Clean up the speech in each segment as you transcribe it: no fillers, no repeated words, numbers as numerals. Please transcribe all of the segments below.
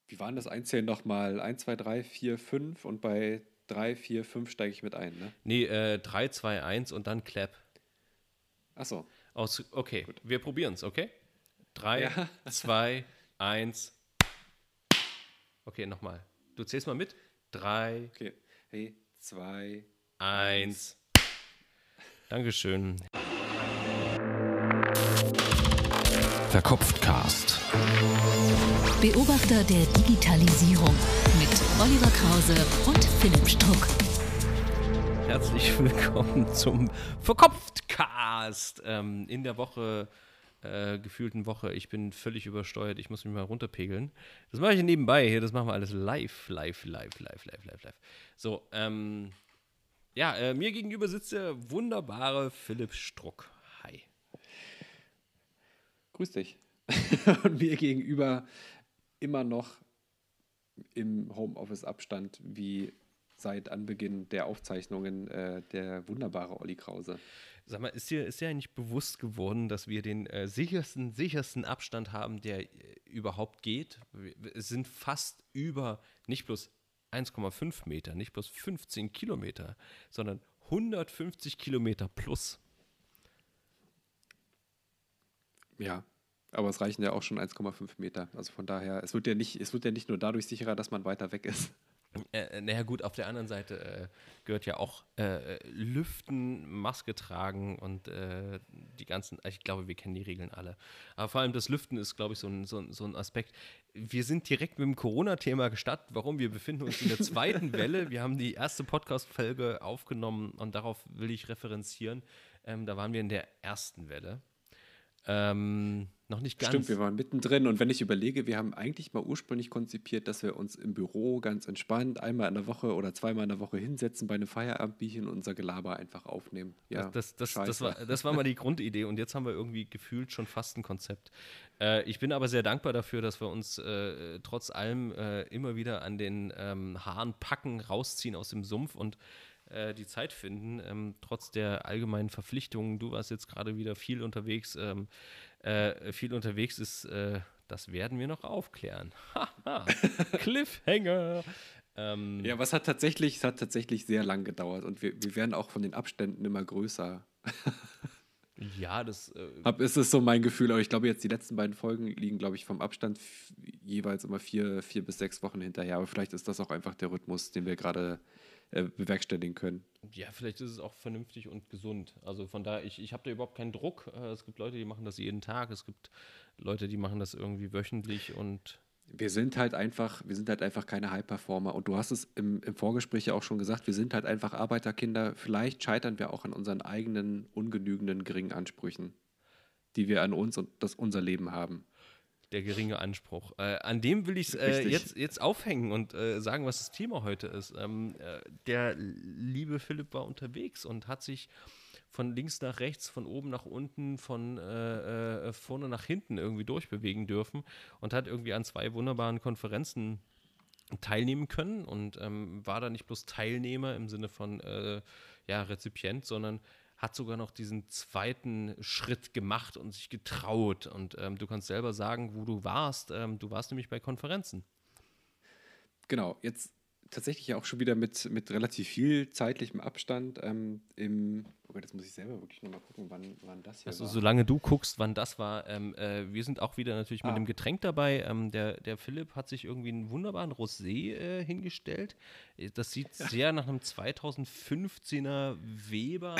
Wie waren das Einzählen nochmal? 1, 2, 3, 4, 5 und bei 3, 4, 5 steige ich mit ein, ne? Nee, 3, 2, 1 und dann Clap. Achso, Okay, gut. wir probieren es, okay? 3, Ja, 2, 1. Okay, nochmal. Du zählst mal mit. 3, okay. Hey, 2, 1. 1. Dankeschön. Verkopft Cast. Beobachter der Digitalisierung mit Oliver Krause und Philipp Struck. Herzlich willkommen zum Verkopft-Cast. In der Woche, gefühlten Woche. Ich bin völlig übersteuert. Ich muss mich mal runterpegeln. Das mache ich nebenbei hier. Das machen wir alles live. So, mir gegenüber sitzt der wunderbare Philipp Struck. Hi. Grüß dich. Und mir gegenüber immer noch im Homeoffice-Abstand wie seit Anbeginn der Aufzeichnungen der wunderbare Olli Krause. Sag mal, ist dir eigentlich bewusst geworden, dass wir den sichersten Abstand haben, der überhaupt geht? Es sind fast über nicht bloß 1,5 Meter, nicht bloß 15 Kilometer, sondern 150 Kilometer plus. Ja, aber es reichen ja auch schon 1,5 Meter. Also von daher, es wird ja nicht nur dadurch sicherer, dass man weiter weg ist. Naja gut, auf der anderen Seite gehört ja auch Lüften, Maske tragen und die ganzen, ich glaube, wir kennen die Regeln alle. Aber vor allem das Lüften ist, glaube ich, so ein Aspekt. Wir sind direkt mit dem Corona-Thema gestartet. Warum? Wir befinden uns in der zweiten Welle. Wir haben die erste Podcast-Folge aufgenommen und darauf will ich referenzieren. Da waren wir in der ersten Welle. Noch nicht ganz. Stimmt, wir waren mittendrin und wenn ich überlege, wir haben eigentlich mal ursprünglich konzipiert, dass wir uns im Büro ganz entspannt einmal in der Woche oder zweimal in der Woche hinsetzen bei einem Feierabendbierchen und unser Gelaber einfach aufnehmen. Ja, Das war mal die Grundidee und jetzt haben wir irgendwie gefühlt schon fast ein Konzept. Ich bin aber sehr dankbar dafür, dass wir uns trotz allem immer wieder an den Haaren packen, rausziehen aus dem Sumpf und die Zeit finden, trotz der allgemeinen Verpflichtungen. Du warst jetzt gerade wieder viel unterwegs. Viel unterwegs ist, das werden wir noch aufklären. Cliffhanger. Ja, aber es hat tatsächlich sehr lang gedauert und wir werden auch von den Abständen immer größer. Ja, das. Ist es so mein Gefühl, aber ich glaube jetzt die letzten beiden Folgen liegen, glaube ich, vom Abstand jeweils immer 4 bis 6 Wochen hinterher. Aber vielleicht ist das auch einfach der Rhythmus, den wir gerade bewerkstelligen können. Ja, vielleicht ist es auch vernünftig und gesund. Also von daher, ich habe da überhaupt keinen Druck. Es gibt Leute, die machen das jeden Tag. Es gibt Leute, die machen das irgendwie wöchentlich und. Wir sind halt einfach keine High-Performer. Und du hast es im Vorgespräch ja auch schon gesagt, wir sind halt einfach Arbeiterkinder. Vielleicht scheitern wir auch an unseren eigenen ungenügenden geringen Ansprüchen, die wir an uns und unser Leben haben. Der geringe Anspruch. An dem will ich es Richtig. jetzt aufhängen und sagen, was das Thema heute ist. Der liebe Philipp war unterwegs und hat sich von links nach rechts, von oben nach unten, von vorne nach hinten irgendwie durchbewegen dürfen und hat irgendwie an 2 wunderbaren Konferenzen teilnehmen können und war da nicht bloß Teilnehmer im Sinne von Rezipient, sondern hat sogar noch diesen zweiten Schritt gemacht und sich getraut. Und du kannst selber sagen, wo du warst. Du warst nämlich bei Konferenzen. Genau, jetzt tatsächlich ja auch schon wieder mit relativ viel zeitlichem Abstand. Oh Gott, jetzt muss ich selber wirklich nochmal gucken, wann das hier Also war. solange du guckst, wann das war, wir sind auch wieder natürlich mit Ah. dem Getränk dabei. Der Philipp hat sich irgendwie einen wunderbaren Rosé hingestellt. Das sieht sehr nach einem 2015er Weber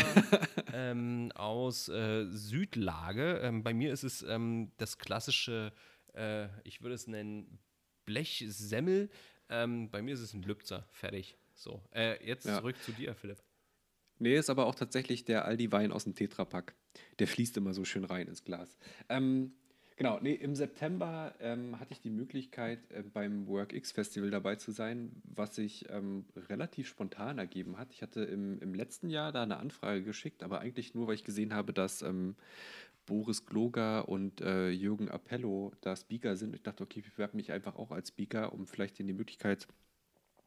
aus Südlage. Bei mir ist es das klassische, ich würde es nennen, Blechsemmel. Bei mir ist es ein Lübzer. Fertig. So, jetzt Ja. zurück zu dir, Philipp. Nee, ist aber auch tatsächlich der Aldi-Wein aus dem Tetrapack. Der fließt immer so schön rein ins Glas. Genau, nee, im September hatte ich die Möglichkeit, beim WorkX-Festival dabei zu sein, was sich relativ spontan ergeben hat. Ich hatte im letzten Jahr da eine Anfrage geschickt, aber eigentlich nur, weil ich gesehen habe, dass Boris Gloger und Jürgen Appello da Speaker sind. Ich dachte, okay, ich bewerbe mich einfach auch als Speaker, um vielleicht denen die Möglichkeit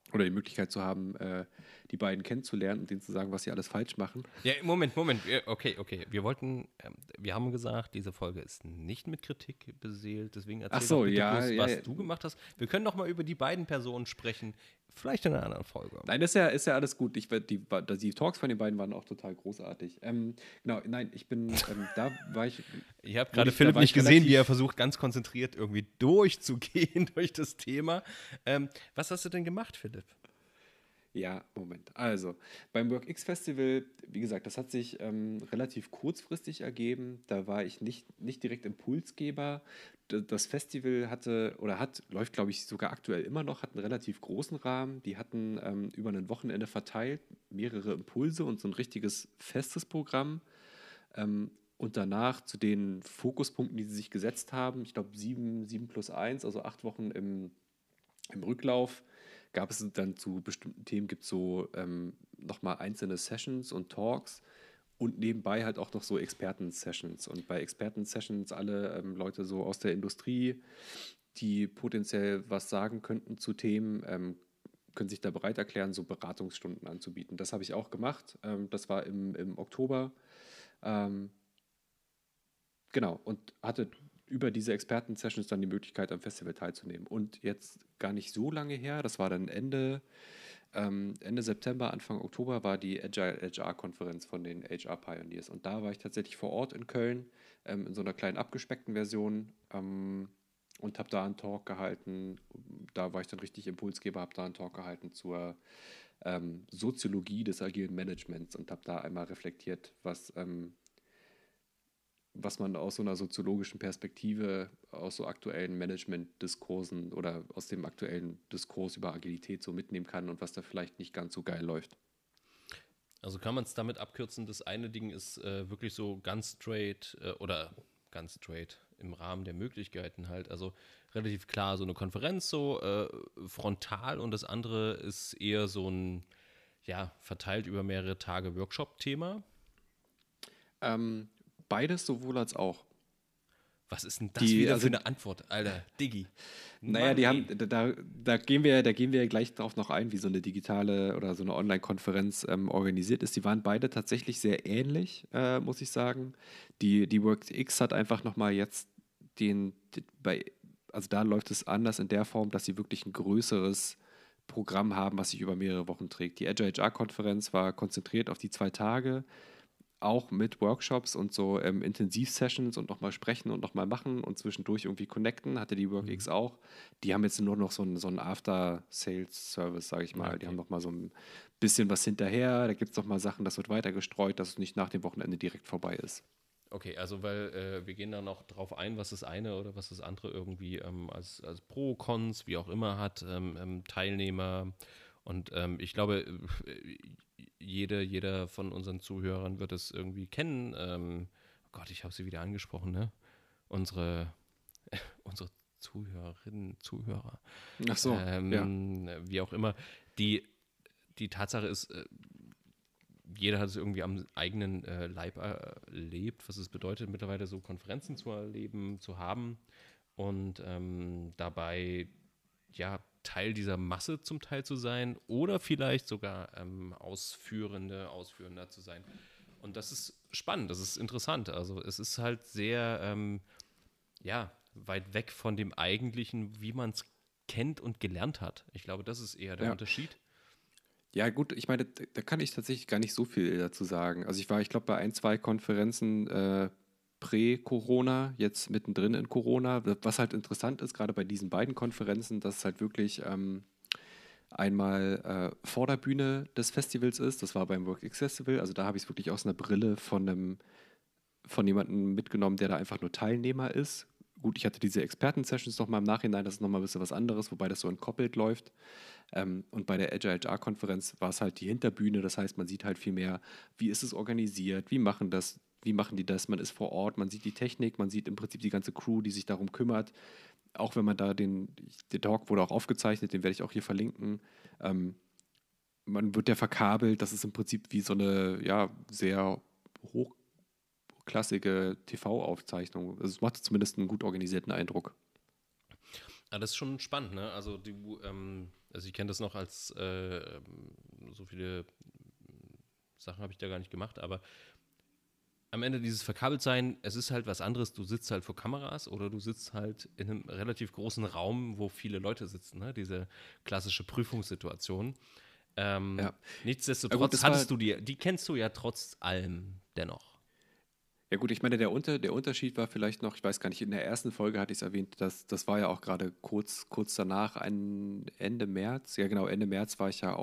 oder die Möglichkeit zu haben, die beiden kennenzulernen und denen zu sagen, was sie alles falsch machen. Ja, Moment. Okay. Wir haben gesagt, diese Folge ist nicht mit Kritik beseelt, deswegen Ach erzähl so, doch bitte ja, bloß, ja, was ja. du gemacht hast. Wir können doch mal über die beiden Personen sprechen, vielleicht in einer anderen Folge. Nein, ist ja alles gut. Die Talks von den beiden waren auch total großartig. Genau, nein, da war ich. Ich habe Würde gerade ich- da Philipp war nicht ich gesehen, relativ- wie er versucht, ganz konzentriert irgendwie durchzugehen durch das Thema. Was hast du denn gemacht, Philipp? Ja, Moment. Also, beim WorkX Festival, wie gesagt, das hat sich relativ kurzfristig ergeben. Da war ich nicht direkt Impulsgeber. Das Festival läuft, glaube ich, sogar aktuell immer noch, hat einen relativ großen Rahmen. Die hatten über ein Wochenende verteilt mehrere Impulse und so ein richtiges festes Programm. Und danach zu den Fokuspunkten, die sie sich gesetzt haben, ich glaube 7+1, also 8 Wochen im Rücklauf, gab es dann zu bestimmten Themen, gibt es so nochmal einzelne Sessions und Talks und nebenbei halt auch noch so Experten-Sessions. Und bei Experten-Sessions alle Leute so aus der Industrie, die potenziell was sagen könnten zu Themen, können sich da bereit erklären, so Beratungsstunden anzubieten. Das habe ich auch gemacht. Das war im Oktober. Ähm, Genau, und hatte über diese Experten-Sessions dann die Möglichkeit, am Festival teilzunehmen. Und jetzt gar nicht so lange her, das war dann Ende September, Anfang Oktober, war die Agile HR-Konferenz von den HR Pioneers. Und da war ich tatsächlich vor Ort in Köln, in so einer kleinen abgespeckten Version, und habe da einen Talk gehalten. Da war ich dann richtig Impulsgeber, habe da einen Talk gehalten zur Soziologie des agilen Managements und habe da einmal reflektiert, was man aus so einer soziologischen Perspektive, aus so aktuellen Management-Diskursen oder aus dem aktuellen Diskurs über Agilität so mitnehmen kann und was da vielleicht nicht ganz so geil läuft. Also kann man es damit abkürzen, das eine Ding ist wirklich so ganz straight im Rahmen der Möglichkeiten halt, also relativ klar so eine Konferenz so frontal und das andere ist eher so ein, ja, verteilt über mehrere Tage Workshop-Thema. Beides sowohl als auch. Was ist denn das wieder also- für eine Antwort, Alter, Diggi? Naja, Mann, ey. da gehen wir ja gleich drauf noch ein, wie so eine digitale oder so eine Online-Konferenz organisiert ist. Die waren beide tatsächlich sehr ähnlich, muss ich sagen. Die WorkX hat einfach nochmal jetzt also da läuft es anders in der Form, dass sie wirklich ein größeres Programm haben, was sich über mehrere Wochen trägt. Die Agile HR-Konferenz war konzentriert auf die 2 Tage, auch mit Workshops und so Intensivsessions und nochmal sprechen und nochmal machen und zwischendurch irgendwie connecten, hatte die WorkX auch. Die haben jetzt nur noch so einen After-Sales-Service, sage ich mal. Okay. Die haben nochmal so ein bisschen was hinterher, da gibt es nochmal Sachen, das wird weiter gestreut, dass es nicht nach dem Wochenende direkt vorbei ist. Okay, also weil wir gehen da noch drauf ein, was das eine oder was das andere irgendwie als Pro, Cons, wie auch immer hat, Teilnehmer und ich glaube, jeder von unseren Zuhörern wird es irgendwie kennen. Oh Gott, ich habe sie wieder angesprochen, ne? Unsere Zuhörerinnen, Zuhörer. Ach so, ja. Wie auch immer. Die Tatsache ist, jeder hat es irgendwie am eigenen Leib erlebt, was es bedeutet, mittlerweile so Konferenzen zu erleben, zu haben und dabei ja Teil dieser Masse zum Teil zu sein oder vielleicht sogar Ausführender zu sein. Und das ist spannend, das ist interessant. Also es ist halt sehr weit weg von dem Eigentlichen, wie man es kennt und gelernt hat. Ich glaube, das ist eher der Unterschied. Ja, gut, ich meine, da kann ich tatsächlich gar nicht so viel dazu sagen. Also ich glaube, bei 2 Konferenzen prä-Corona, jetzt mittendrin in Corona, was halt interessant ist, gerade bei diesen beiden Konferenzen, dass es halt wirklich einmal vor der Bühne des Festivals ist. Das war beim WorkX Festival, also da habe ich es wirklich aus einer Brille von jemandem mitgenommen, der da einfach nur Teilnehmer ist. Gut, ich hatte diese Experten-Sessions nochmal im Nachhinein, das ist nochmal ein bisschen was anderes, wobei das so entkoppelt läuft. Und bei der Agile HR-Konferenz war es halt die Hinterbühne, das heißt, man sieht halt viel mehr, wie ist es organisiert, wie machen die das, man ist vor Ort, man sieht die Technik, man sieht im Prinzip die ganze Crew, die sich darum kümmert. Auch wenn man da der Talk wurde auch aufgezeichnet, den werde ich auch hier verlinken. Man wird ja verkabelt, das ist im Prinzip wie so eine, ja, sehr hochklassige TV-Aufzeichnung. Also es macht zumindest einen gut organisierten Eindruck. Ah, das ist schon spannend, ne? Also, also ich kenne das noch als so viele Sachen habe ich da gar nicht gemacht, aber am Ende dieses Verkabeltsein, es ist halt was anderes. Du sitzt halt vor Kameras oder du sitzt halt in einem relativ großen Raum, wo viele Leute sitzen, ne? Diese klassische Prüfungssituation. Ja. Nichtsdestotrotz das hattest du die kennst du ja trotz allem dennoch. Ja gut, ich meine, der Unterschied war vielleicht noch, ich weiß gar nicht, in der ersten Folge hatte ich es erwähnt, das war ja auch gerade kurz danach, Ende März, ja genau, Ende März war ich ja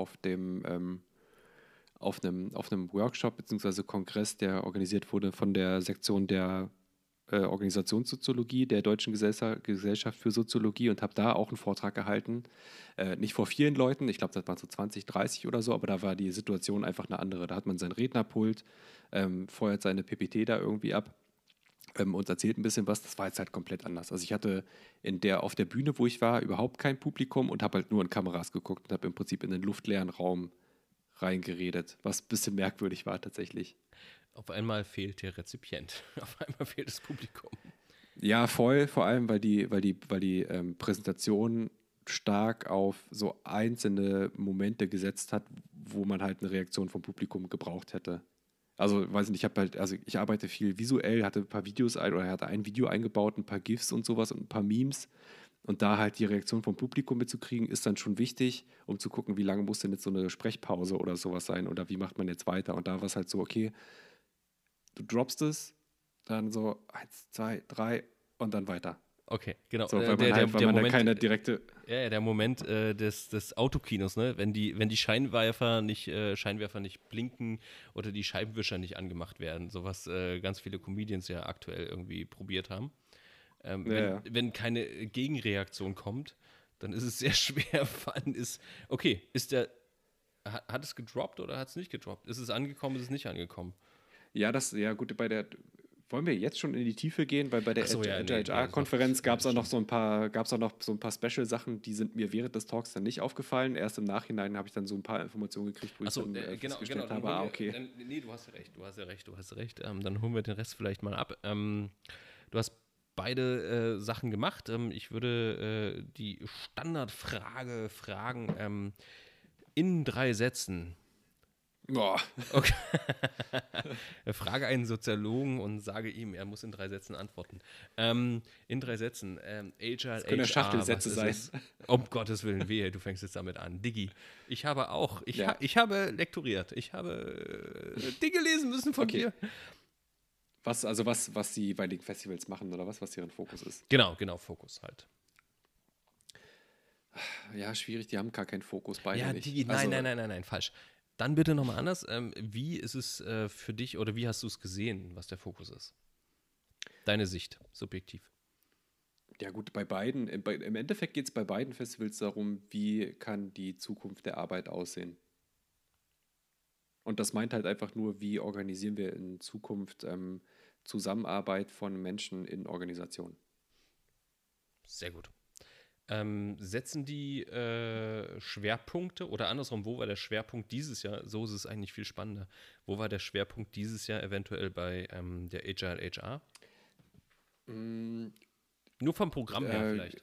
auf einem Workshop bzw. Kongress, der organisiert wurde von der Sektion der Organisationssoziologie der Deutschen Gesellschaft für Soziologie und habe da auch einen Vortrag gehalten. Nicht vor vielen Leuten, ich glaube, das waren so 20, 30 oder so, aber da war die Situation einfach eine andere. Da hat man sein Rednerpult, feuert seine PPT da irgendwie ab und erzählt ein bisschen was. Das war jetzt halt komplett anders. Also ich hatte auf der Bühne, wo ich war, überhaupt kein Publikum und habe halt nur in Kameras geguckt und habe im Prinzip in den luftleeren Raum reingeredet, was ein bisschen merkwürdig war tatsächlich. Auf einmal fehlt der Rezipient. Auf einmal fehlt das Publikum. Ja, voll, vor allem, weil die Präsentation stark auf so einzelne Momente gesetzt hat, wo man halt eine Reaktion vom Publikum gebraucht hätte. Also, weiß nicht, ich arbeite viel visuell, hatte ein paar Videos oder hatte ein Video eingebaut, ein paar GIFs und sowas und ein paar Memes. Und da halt die Reaktion vom Publikum mitzukriegen, ist dann schon wichtig, um zu gucken, wie lange muss denn jetzt so eine Sprechpause oder sowas sein oder wie macht man jetzt weiter. Und da war es halt so, okay, du droppst es, dann so 1, 2, 3 und dann weiter. Okay, genau. So, weil man da keine direkte. Ja, der Moment des Autokinos, ne? Wenn die Scheinwerfer nicht blinken oder die Scheibenwischer nicht angemacht werden, so was ganz viele Comedians ja aktuell irgendwie probiert haben. Wenn keine Gegenreaktion kommt, dann ist es sehr schwer. Hat es gedroppt oder hat es nicht gedroppt? Ist es angekommen, ist es nicht angekommen? Ja, gut, wollen wir jetzt schon in die Tiefe gehen, weil bei der HR-Konferenz gab es auch noch so ein paar Special-Sachen, die sind mir während des Talks dann nicht aufgefallen. Erst im Nachhinein habe ich dann so ein paar Informationen gekriegt, wo ich dann festgestellt habe, okay. Nee, du hast recht. Dann holen wir den Rest vielleicht mal ab. Du hast beide Sachen gemacht. Ich würde die Standardfrage fragen, in 3 Sätzen. Boah. Okay. Frage einen Soziologen und sage ihm, er muss in 3 Sätzen antworten. In 3 Sätzen. Agile, das können Schachtelsätze sein. Um Gottes Willen, wehe, du fängst jetzt damit an. Diggi, ich habe lektoriert. Ich habe Dinge lesen müssen von dir. Was die jeweiligen Festivals machen oder was deren Fokus ist? Genau, Fokus halt. Ja, schwierig, die haben gar keinen Fokus, beide nicht. Digi, nein, falsch. Dann bitte nochmal anders. Wie ist es für dich oder wie hast du es gesehen, was der Fokus ist? Deine Sicht, subjektiv. Ja gut, bei beiden, im Endeffekt geht es bei beiden Festivals darum, wie kann die Zukunft der Arbeit aussehen. Und das meint halt einfach nur, wie organisieren wir in Zukunft Zusammenarbeit von Menschen in Organisationen. Sehr gut. Setzen die Schwerpunkte oder andersrum, wo war der Schwerpunkt dieses Jahr? So ist es eigentlich viel spannender. Wo war der Schwerpunkt dieses Jahr eventuell bei der Agile HR? Nur vom Programm her vielleicht.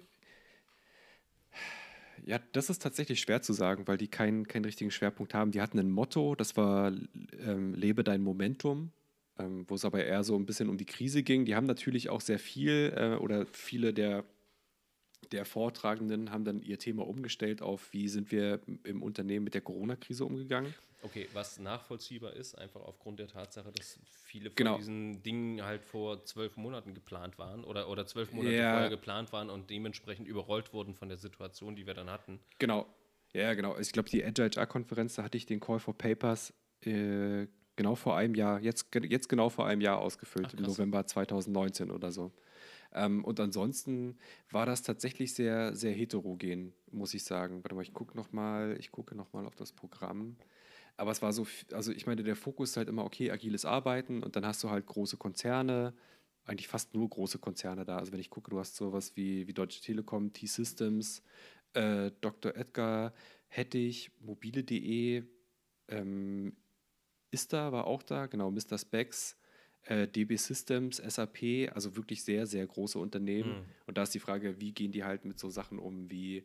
Ja, das ist tatsächlich schwer zu sagen, weil die keinen richtigen Schwerpunkt haben. Die hatten ein Motto, das war lebe dein Momentum, wo es aber eher so ein bisschen um die Krise ging. Die haben natürlich auch sehr viel oder viele der Vortragenden haben dann ihr Thema umgestellt auf, wie sind wir im Unternehmen mit der Corona-Krise umgegangen. Okay, was nachvollziehbar ist, einfach aufgrund der Tatsache, dass viele von diesen Dingen halt vor 12 Monaten geplant waren oder 12 Monate vorher geplant waren und dementsprechend überrollt wurden von der Situation, die wir dann hatten. Genau, ja, genau. Ich glaube, die Agile HR-Konferenz, da hatte ich den Call for Papers genau vor einem Jahr, jetzt genau vor einem Jahr ausgefüllt, im November 2019 oder so. Und ansonsten war das tatsächlich sehr, sehr heterogen, muss ich sagen. Warte mal, ich gucke noch mal auf das Programm. Aber es war so, also ich meine, der Fokus ist halt immer, okay, agiles Arbeiten und dann hast du halt große Konzerne, eigentlich fast nur große Konzerne da. Also wenn ich gucke, du hast sowas wie Deutsche Telekom, T-Systems, Dr. Edgar, Hettich, mobile.de, Ista war auch da, genau, Mr. Specs, DB Systems, SAP, also wirklich sehr, sehr große Unternehmen. Und da ist die Frage, wie gehen die halt mit so Sachen um wie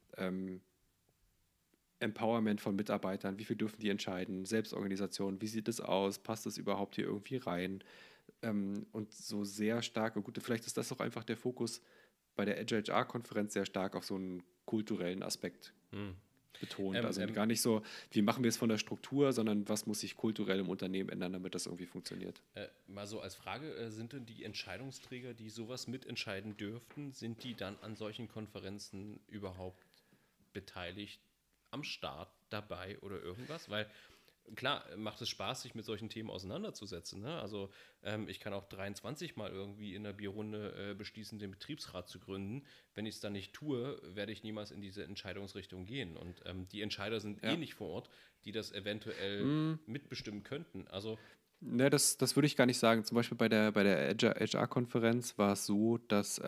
Empowerment von Mitarbeitern, wie viel dürfen die entscheiden, Selbstorganisation, wie sieht es aus, passt das überhaupt hier irgendwie rein? Und so sehr stark, und gut, vielleicht ist das auch einfach der Fokus bei der Agile HR-Konferenz sehr stark auf so einen kulturellen Aspekt betont. Also gar nicht so, wie machen wir es von der Struktur, sondern was muss sich kulturell im Unternehmen ändern, damit das irgendwie funktioniert. Mal so als Frage, sind denn die Entscheidungsträger, die sowas mitentscheiden dürften, sind die dann an solchen Konferenzen überhaupt beteiligt, am Start dabei oder irgendwas? Weil klar, macht es Spaß, sich mit solchen Themen auseinanderzusetzen. Ne? Also ich kann auch 23 mal irgendwie in der Bierrunde beschließen, den Betriebsrat zu gründen. Wenn ich es dann nicht tue, werde ich niemals in diese Entscheidungsrichtung gehen. Und die Entscheider sind nicht vor Ort, die das eventuell mitbestimmen könnten. Also Ne, das würde ich gar nicht sagen. Zum Beispiel bei der Agile HR-Konferenz war es so, dass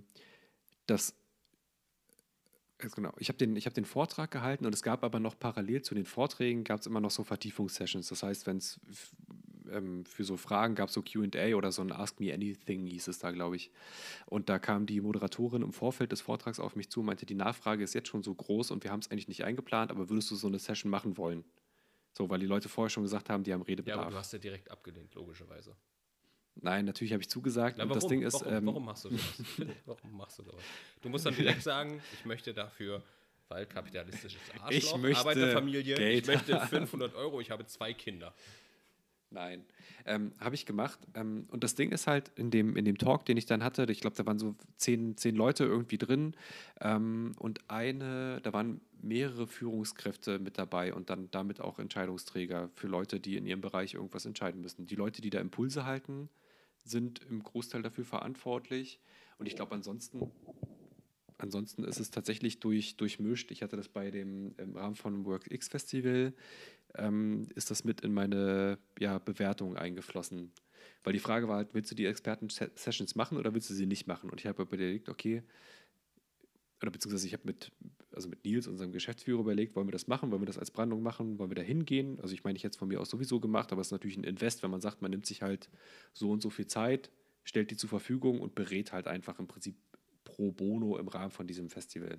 genau, ich hab den Vortrag gehalten und es gab aber noch parallel zu den Vorträgen gab es immer noch so Vertiefungssessions. Das heißt, wenn es für so Fragen gab, so Q&A oder so ein Ask Me Anything hieß es da, glaube ich. Und da kam die Moderatorin im Vorfeld des Vortrags auf mich zu und meinte, die Nachfrage ist jetzt schon so groß und wir haben es eigentlich nicht eingeplant, aber würdest du so eine Session machen wollen? So, weil die Leute vorher schon gesagt haben, die haben ja, Redebedarf. aber du hast ja direkt abgelehnt, logischerweise. Nein, natürlich habe ich zugesagt. Na, und warum? das Ding ist, Warum machst du sowas? Warum machst du sowas? Du musst dann direkt sagen, ich möchte dafür, weil kapitalistisches Arschloch, Ich möchte Arbeiterfamilie, Geld ich möchte 500 €, ich habe 2 Kinder. Nein, habe ich gemacht. Und das Ding ist halt, in dem Talk, den ich dann hatte, ich glaube, da waren so 10 Leute irgendwie drin und da waren mehrere Führungskräfte mit dabei und dann damit auch Entscheidungsträger für Leute, die in ihrem Bereich irgendwas entscheiden müssen. Die Leute, die da Impulse halten, sind im Großteil dafür verantwortlich. Und ich glaube, ansonsten ist es tatsächlich durchmischt. Ich hatte das im Rahmen von WorkX Festival, ist das mit in meine Bewertung eingeflossen. Weil die Frage war halt, willst du die Experten-Sessions machen oder willst du sie nicht machen? Und ich habe überlegt, okay, oder beziehungsweise ich habe mit Nils, unserem Geschäftsführer, überlegt, wollen wir das machen, wollen wir das als Brandung machen, wollen wir da hingehen? Also ich meine, ich hätte es von mir aus sowieso gemacht, aber es ist natürlich ein Invest, wenn man sagt, man nimmt sich halt so und so viel Zeit, stellt die zur Verfügung und berät halt einfach im Prinzip pro bono im Rahmen von diesem Festival.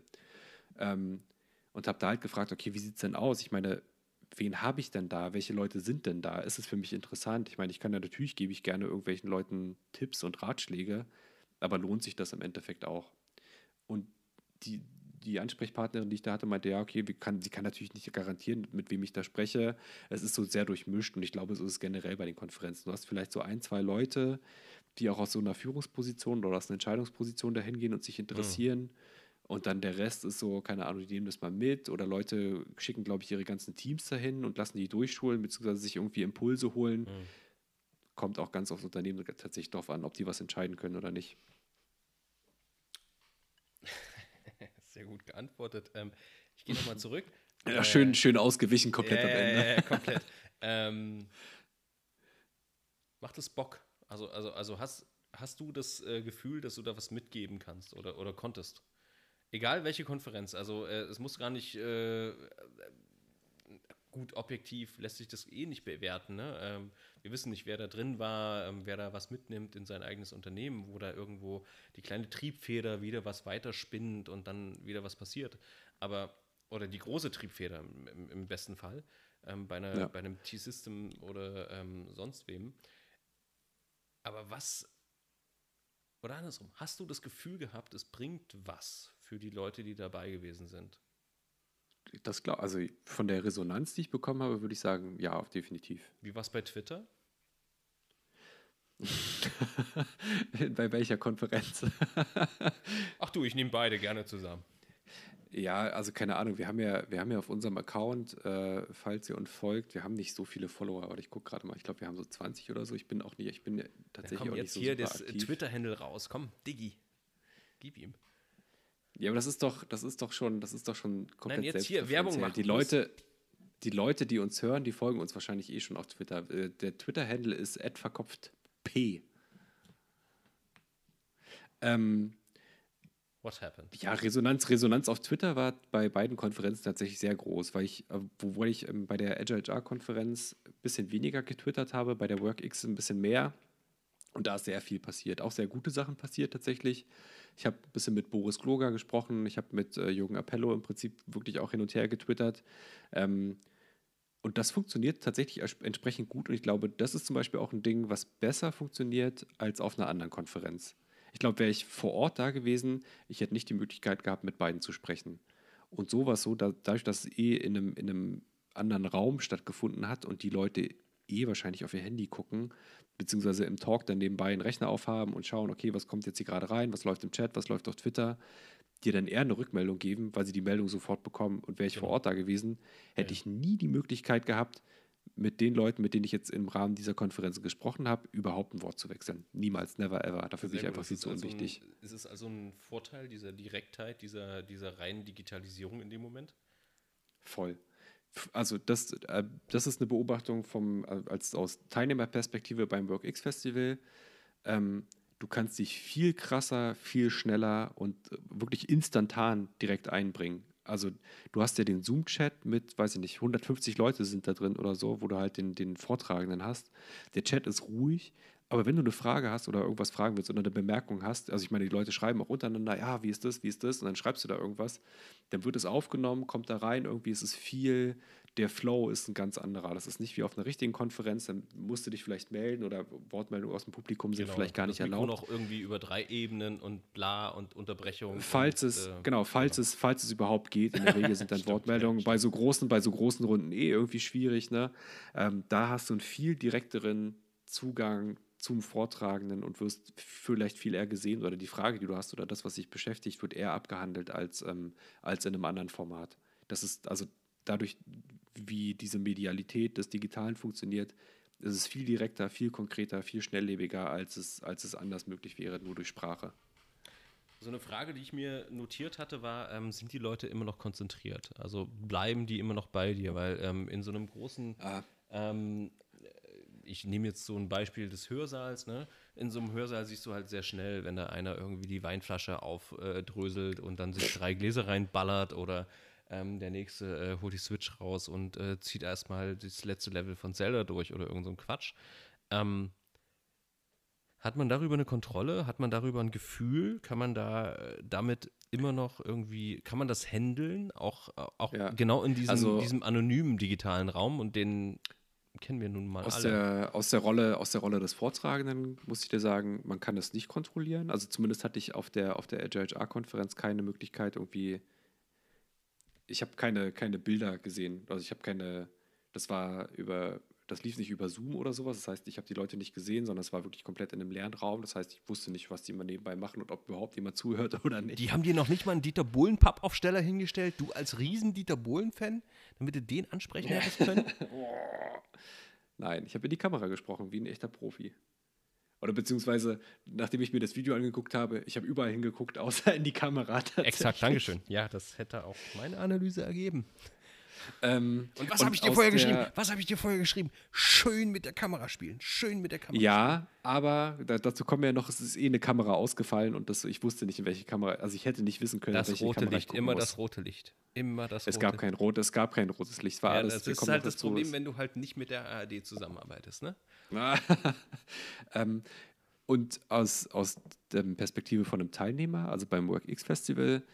Und habe da halt gefragt, okay, wie sieht es denn aus? Ich meine, wen habe ich denn da? Welche Leute sind denn da? Ist es für mich interessant? Ich meine, natürlich gebe ich gerne irgendwelchen Leuten Tipps und Ratschläge, aber lohnt sich das im Endeffekt auch? Und die Ansprechpartnerin, die ich da hatte, meinte, ja, okay, sie kann natürlich nicht garantieren, mit wem ich da spreche. Es ist so sehr durchmischt und ich glaube, so ist es generell bei den Konferenzen. Du hast vielleicht so 1, 2 Leute, die auch aus so einer Führungsposition oder aus einer Entscheidungsposition dahin gehen und sich interessieren. Und dann der Rest ist so, keine Ahnung, die nehmen das mal mit oder Leute schicken, glaube ich, ihre ganzen Teams dahin und lassen die durchschulen, beziehungsweise sich irgendwie Impulse holen. Kommt auch ganz aufs Unternehmen tatsächlich darauf an, ob die was entscheiden können oder nicht. Sehr gut geantwortet. Ich gehe nochmal zurück. Ja, schön ausgewichen, komplett am Ende. Komplett. Macht es Bock? Also hast du das Gefühl, dass du da was mitgeben kannst oder konntest? Egal welche Konferenz, also es muss gar nicht gut objektiv, lässt sich das eh nicht bewerten. Ne? Wir wissen nicht, wer da drin war, wer da was mitnimmt in sein eigenes Unternehmen, wo da irgendwo die kleine Triebfeder wieder was weiterspinnt und dann wieder was passiert. Oder die große Triebfeder im besten Fall, bei einem T-System oder sonst wem. Aber oder andersrum, hast du das Gefühl gehabt, es bringt was für die Leute, die dabei gewesen sind? Also von der Resonanz, die ich bekommen habe, würde ich sagen, ja, definitiv. Wie war es bei Twitter? Bei welcher Konferenz? Ach du, ich nehme beide gerne zusammen. Ja, also keine Ahnung, wir haben ja auf unserem Account, falls ihr uns folgt, wir haben nicht so viele Follower, aber ich gucke gerade mal, ich glaube, wir haben so 20 oder so. Ich bin tatsächlich auch nicht so super aktiv. Jetzt hier das Twitter-Handle raus. Komm, Diggi, gib ihm. Ja, aber das ist doch schon komplett. Nein, jetzt hier Werbung machen. Die Leute, die uns hören, die folgen uns wahrscheinlich eh schon auf Twitter. Der Twitter-Handle ist @verkopftp. What happened? Ja, Resonanz auf Twitter war bei beiden Konferenzen tatsächlich sehr groß, weil obwohl ich bei der Agile HR-Konferenz ein bisschen weniger getwittert habe, bei der WorkX ein bisschen mehr, Und da ist sehr viel passiert. Auch sehr gute Sachen passiert tatsächlich. Ich habe ein bisschen mit Boris Gloger gesprochen. Ich habe mit Jürgen Appello im Prinzip wirklich auch hin und her getwittert. Ähm, und das funktioniert tatsächlich entsprechend gut. Und ich glaube, das ist zum Beispiel auch ein Ding, was besser funktioniert als auf einer anderen Konferenz. Ich glaube, wäre ich vor Ort da gewesen, ich hätte nicht die Möglichkeit gehabt, mit beiden zu sprechen. Und so war es so, dadurch, dass es in einem anderen Raum stattgefunden hat und die Leute wahrscheinlich auf ihr Handy gucken, beziehungsweise im Talk dann nebenbei einen Rechner aufhaben und schauen, okay, was kommt jetzt hier gerade rein, was läuft im Chat, was läuft auf Twitter, dir dann eher eine Rückmeldung geben, weil sie die Meldung sofort bekommen. Und wäre ich vor Ort da gewesen, hätte ich nie die Möglichkeit gehabt, mit den Leuten, mit denen ich jetzt im Rahmen dieser Konferenz gesprochen habe, überhaupt ein Wort zu wechseln. Niemals, never ever. Dafür bin ich einfach viel zu unwichtig. Ist es also ein Vorteil dieser Direktheit, dieser reinen Digitalisierung in dem Moment? Voll. Also das ist eine Beobachtung aus Teilnehmerperspektive beim WorkX Festival. Du kannst dich viel krasser, viel schneller und wirklich instantan direkt einbringen. Also du hast ja den Zoom-Chat mit, weiß ich nicht, 150 Leute sind da drin oder so, wo du halt den Vortragenden hast. Der Chat ist ruhig, aber wenn du eine Frage hast oder irgendwas fragen willst oder eine Bemerkung hast, also ich meine, die Leute schreiben auch untereinander, ja, wie ist das, und dann schreibst du da irgendwas, dann wird es aufgenommen, kommt da rein, irgendwie ist es viel, der Flow ist ein ganz anderer. Das ist nicht wie auf einer richtigen Konferenz, dann musst du dich vielleicht melden oder Wortmeldungen aus dem Publikum sind vielleicht gar nicht erlaubt. Noch irgendwie über 3 Ebenen und bla und Unterbrechung. Falls es überhaupt geht, in der Regel sind dann Stimmt, Wortmeldungen ja, bei so großen Runden irgendwie schwierig. Ne? Da hast du einen viel direkteren Zugang zum Vortragenden und wirst vielleicht viel eher gesehen oder die Frage, die du hast oder das, was dich beschäftigt, wird eher abgehandelt als in einem anderen Format. Das ist also dadurch, wie diese Medialität des Digitalen funktioniert, ist es viel direkter, viel konkreter, viel schnelllebiger, als es anders möglich wäre, nur durch Sprache. So eine Frage, die ich mir notiert hatte, war, sind die Leute immer noch konzentriert? Also bleiben die immer noch bei dir? Weil in so einem großen, ich nehme jetzt so ein Beispiel des Hörsaals, ne? In so einem Hörsaal siehst du halt sehr schnell, wenn da einer irgendwie die Weinflasche aufdröselt und dann sich 3 Gläser reinballert oder der nächste holt die Switch raus und zieht erstmal das letzte Level von Zelda durch oder irgend so ein Quatsch. Hat man darüber eine Kontrolle? Hat man darüber ein Gefühl? Kann man da damit immer noch irgendwie, kann man das handeln? Auch Ja. genau in diesem anonymen digitalen Raum, und den kennen wir nun mal alle. Aus der Rolle des Vortragenden muss ich dir sagen, man kann das nicht kontrollieren. Also zumindest hatte ich auf der Agile HR-Konferenz keine Möglichkeit irgendwie. Ich habe keine Bilder gesehen. Also ich habe das lief nicht über Zoom oder sowas. Das heißt, ich habe die Leute nicht gesehen, sondern es war wirklich komplett in einem leeren Raum. Das heißt, ich wusste nicht, was die immer nebenbei machen und ob überhaupt jemand zuhört oder nicht. Die haben dir noch nicht mal einen Dieter Bohlen-Pappaufsteller hingestellt, du als riesen Dieter Bohlen-Fan, damit du den ansprechen hättest können? Nein, ich habe in die Kamera gesprochen, wie ein echter Profi. Oder beziehungsweise, nachdem ich mir das Video angeguckt habe, ich habe überall hingeguckt, außer in die Kamera. Exakt, Dankeschön. Ja, das hätte auch meine Analyse ergeben. Und was habe ich dir vorher geschrieben? Schön mit der Kamera spielen. Schön mit der Kamera Ja, aber dazu kommen wir ja noch, es ist eine Kamera ausgefallen und ich wusste nicht, in welche Kamera, also ich hätte nicht wissen können, das welche rote Kamera Licht, immer das rote Licht. Immer das Es rote gab kein rotes Licht. War alles, das ist halt das Problem, wenn du halt nicht mit der ARD zusammenarbeitest, ne? Und aus der Perspektive von einem Teilnehmer, also beim WorkX Festival,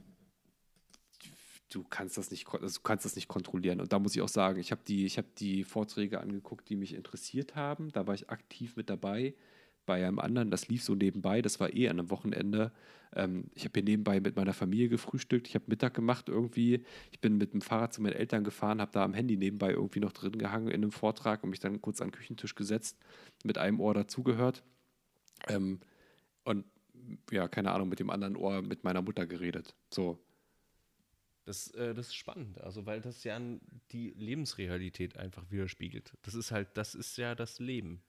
du kannst das nicht kontrollieren. Und da muss ich auch sagen, ich habe die Vorträge angeguckt, die mich interessiert haben. Da war ich aktiv mit dabei. Bei einem anderen, das lief so nebenbei, das war an einem Wochenende. Ich habe hier nebenbei mit meiner Familie gefrühstückt, ich habe Mittag gemacht irgendwie. Ich bin mit dem Fahrrad zu meinen Eltern gefahren, habe da am Handy nebenbei irgendwie noch drin gehangen in einem Vortrag und mich dann kurz an den Küchentisch gesetzt, mit einem Ohr dazugehört. Und ja, keine Ahnung, mit dem anderen Ohr mit meiner Mutter geredet. So. Das ist spannend, also weil das ja die Lebensrealität einfach widerspiegelt. Das ist ja das Leben.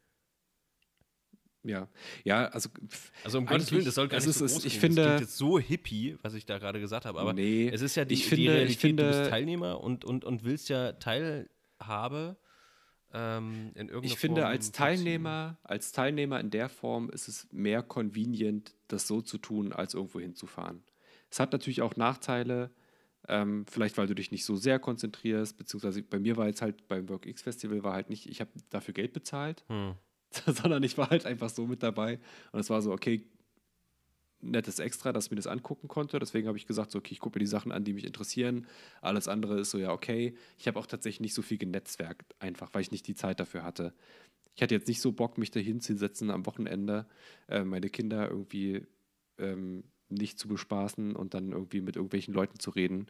Ja, also um Gottes Willen, das soll gar nicht so groß ich klingen. finde, das klingt jetzt so hippie, was ich da gerade gesagt habe, aber nee, es ist ja die Realität, du bist Teilnehmer und willst ja Teilhabe in irgendeiner Form. Ich finde, als Teilnehmer in der Form ist es mehr convenient, das so zu tun, als irgendwo hinzufahren. Es hat natürlich auch Nachteile, vielleicht weil du dich nicht so sehr konzentrierst, beziehungsweise bei mir war jetzt halt beim WorkX Festival war halt nicht, ich habe dafür Geld bezahlt, sondern ich war halt einfach so mit dabei und es war so, okay, nettes Extra, dass ich mir das angucken konnte. Deswegen habe ich gesagt, so, okay, ich gucke mir die Sachen an, die mich interessieren. Alles andere ist so, ja, okay. Ich habe auch tatsächlich nicht so viel genetzwerkt, einfach, weil ich nicht die Zeit dafür hatte. Ich hatte jetzt nicht so Bock, mich da hinzusetzen am Wochenende, meine Kinder irgendwie nicht zu bespaßen und dann irgendwie mit irgendwelchen Leuten zu reden.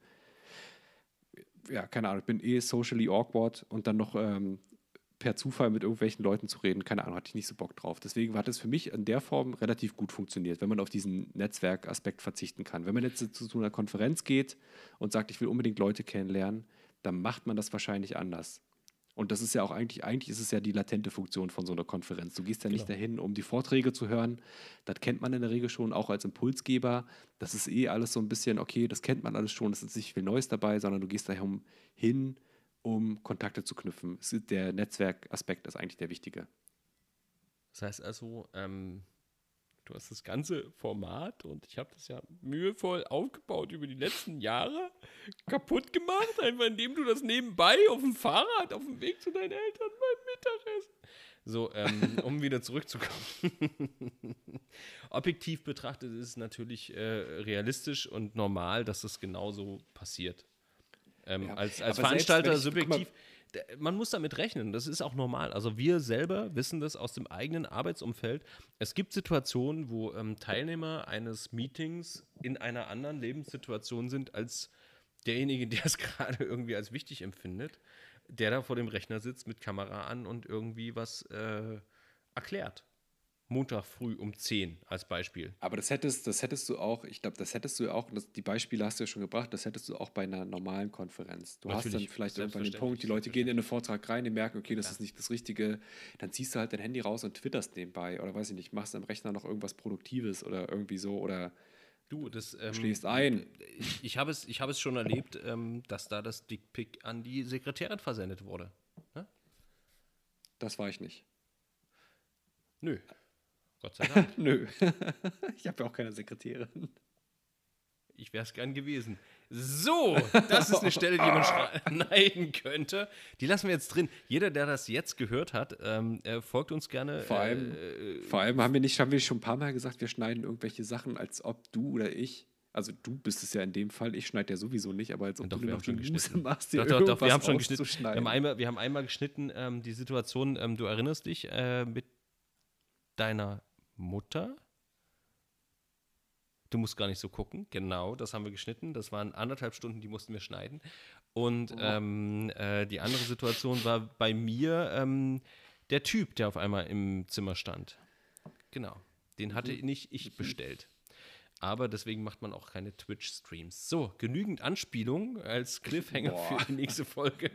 Ja, keine Ahnung, ich bin socially awkward und dann noch per Zufall mit irgendwelchen Leuten zu reden, keine Ahnung, hatte ich nicht so Bock drauf. Deswegen hat es für mich in der Form relativ gut funktioniert, wenn man auf diesen Netzwerkaspekt verzichten kann. Wenn man jetzt zu so einer Konferenz geht und sagt, ich will unbedingt Leute kennenlernen, dann macht man das wahrscheinlich anders. Und das ist ja auch eigentlich ist es ja die latente Funktion von so einer Konferenz. Du gehst ja nicht dahin, um die Vorträge zu hören. Das kennt man in der Regel schon, auch als Impulsgeber. Das ist alles so ein bisschen, okay, das kennt man alles schon, es ist nicht viel Neues dabei, sondern du gehst dahin hin, um Kontakte zu knüpfen. Der Netzwerkaspekt ist eigentlich der wichtige. Das heißt also, du hast das ganze Format und ich habe das ja mühevoll aufgebaut über die letzten Jahre kaputt gemacht, einfach indem du das nebenbei auf dem Fahrrad auf dem Weg zu deinen Eltern beim Mittagessen. So, um wieder zurückzukommen. Objektiv betrachtet ist es natürlich realistisch und normal, dass das genauso passiert. Als Veranstalter subjektiv, man muss damit rechnen, das ist auch normal. Also wir selber wissen das aus dem eigenen Arbeitsumfeld. Es gibt Situationen, wo Teilnehmer eines Meetings in einer anderen Lebenssituation sind als derjenige, der es gerade irgendwie als wichtig empfindet, der da vor dem Rechner sitzt mit Kamera an und irgendwie was erklärt. Montag früh um 10 als Beispiel. Aber das hättest du auch, ich glaube, das hättest du auch, die Beispiele hast du ja schon gebracht, das hättest du auch bei einer normalen Konferenz. Du hast dann vielleicht irgendwann den Punkt, die Leute gehen in einen Vortrag rein, die merken, okay, das ist nicht das Richtige, dann ziehst du halt dein Handy raus und twitterst nebenbei oder weiß ich nicht, machst am Rechner noch irgendwas Produktives oder irgendwie so oder schläfst ein. Ich habe es schon erlebt, dass da das Dickpick an die Sekretärin versendet wurde. Ne? Das war ich nicht. Nö. Gott sei Dank. Nö. Ich habe ja auch keine Sekretärin. Ich wäre es gern gewesen. So, das ist eine Stelle, die man schneiden könnte. Die lassen wir jetzt drin. Jeder, der das jetzt gehört hat, folgt uns gerne. Vor allem haben wir schon ein paar Mal gesagt, wir schneiden irgendwelche Sachen, als ob du oder ich, also du bist es ja in dem Fall, ich schneide ja sowieso nicht, aber als ob du noch die Muße machst, dir doch, wir haben schon geschnitten. Wir haben einmal geschnitten, die Situation, du erinnerst dich, mit deiner Mutter. Du musst gar nicht so gucken. Genau, das haben wir geschnitten. Das waren 1,5 Stunden, die mussten wir schneiden. Und die andere Situation war bei mir der Typ, der auf einmal im Zimmer stand. Genau, den hatte nicht ich bestellt. Aber deswegen macht man auch keine Twitch-Streams. So, genügend Anspielung als Cliffhanger für die nächste Folge.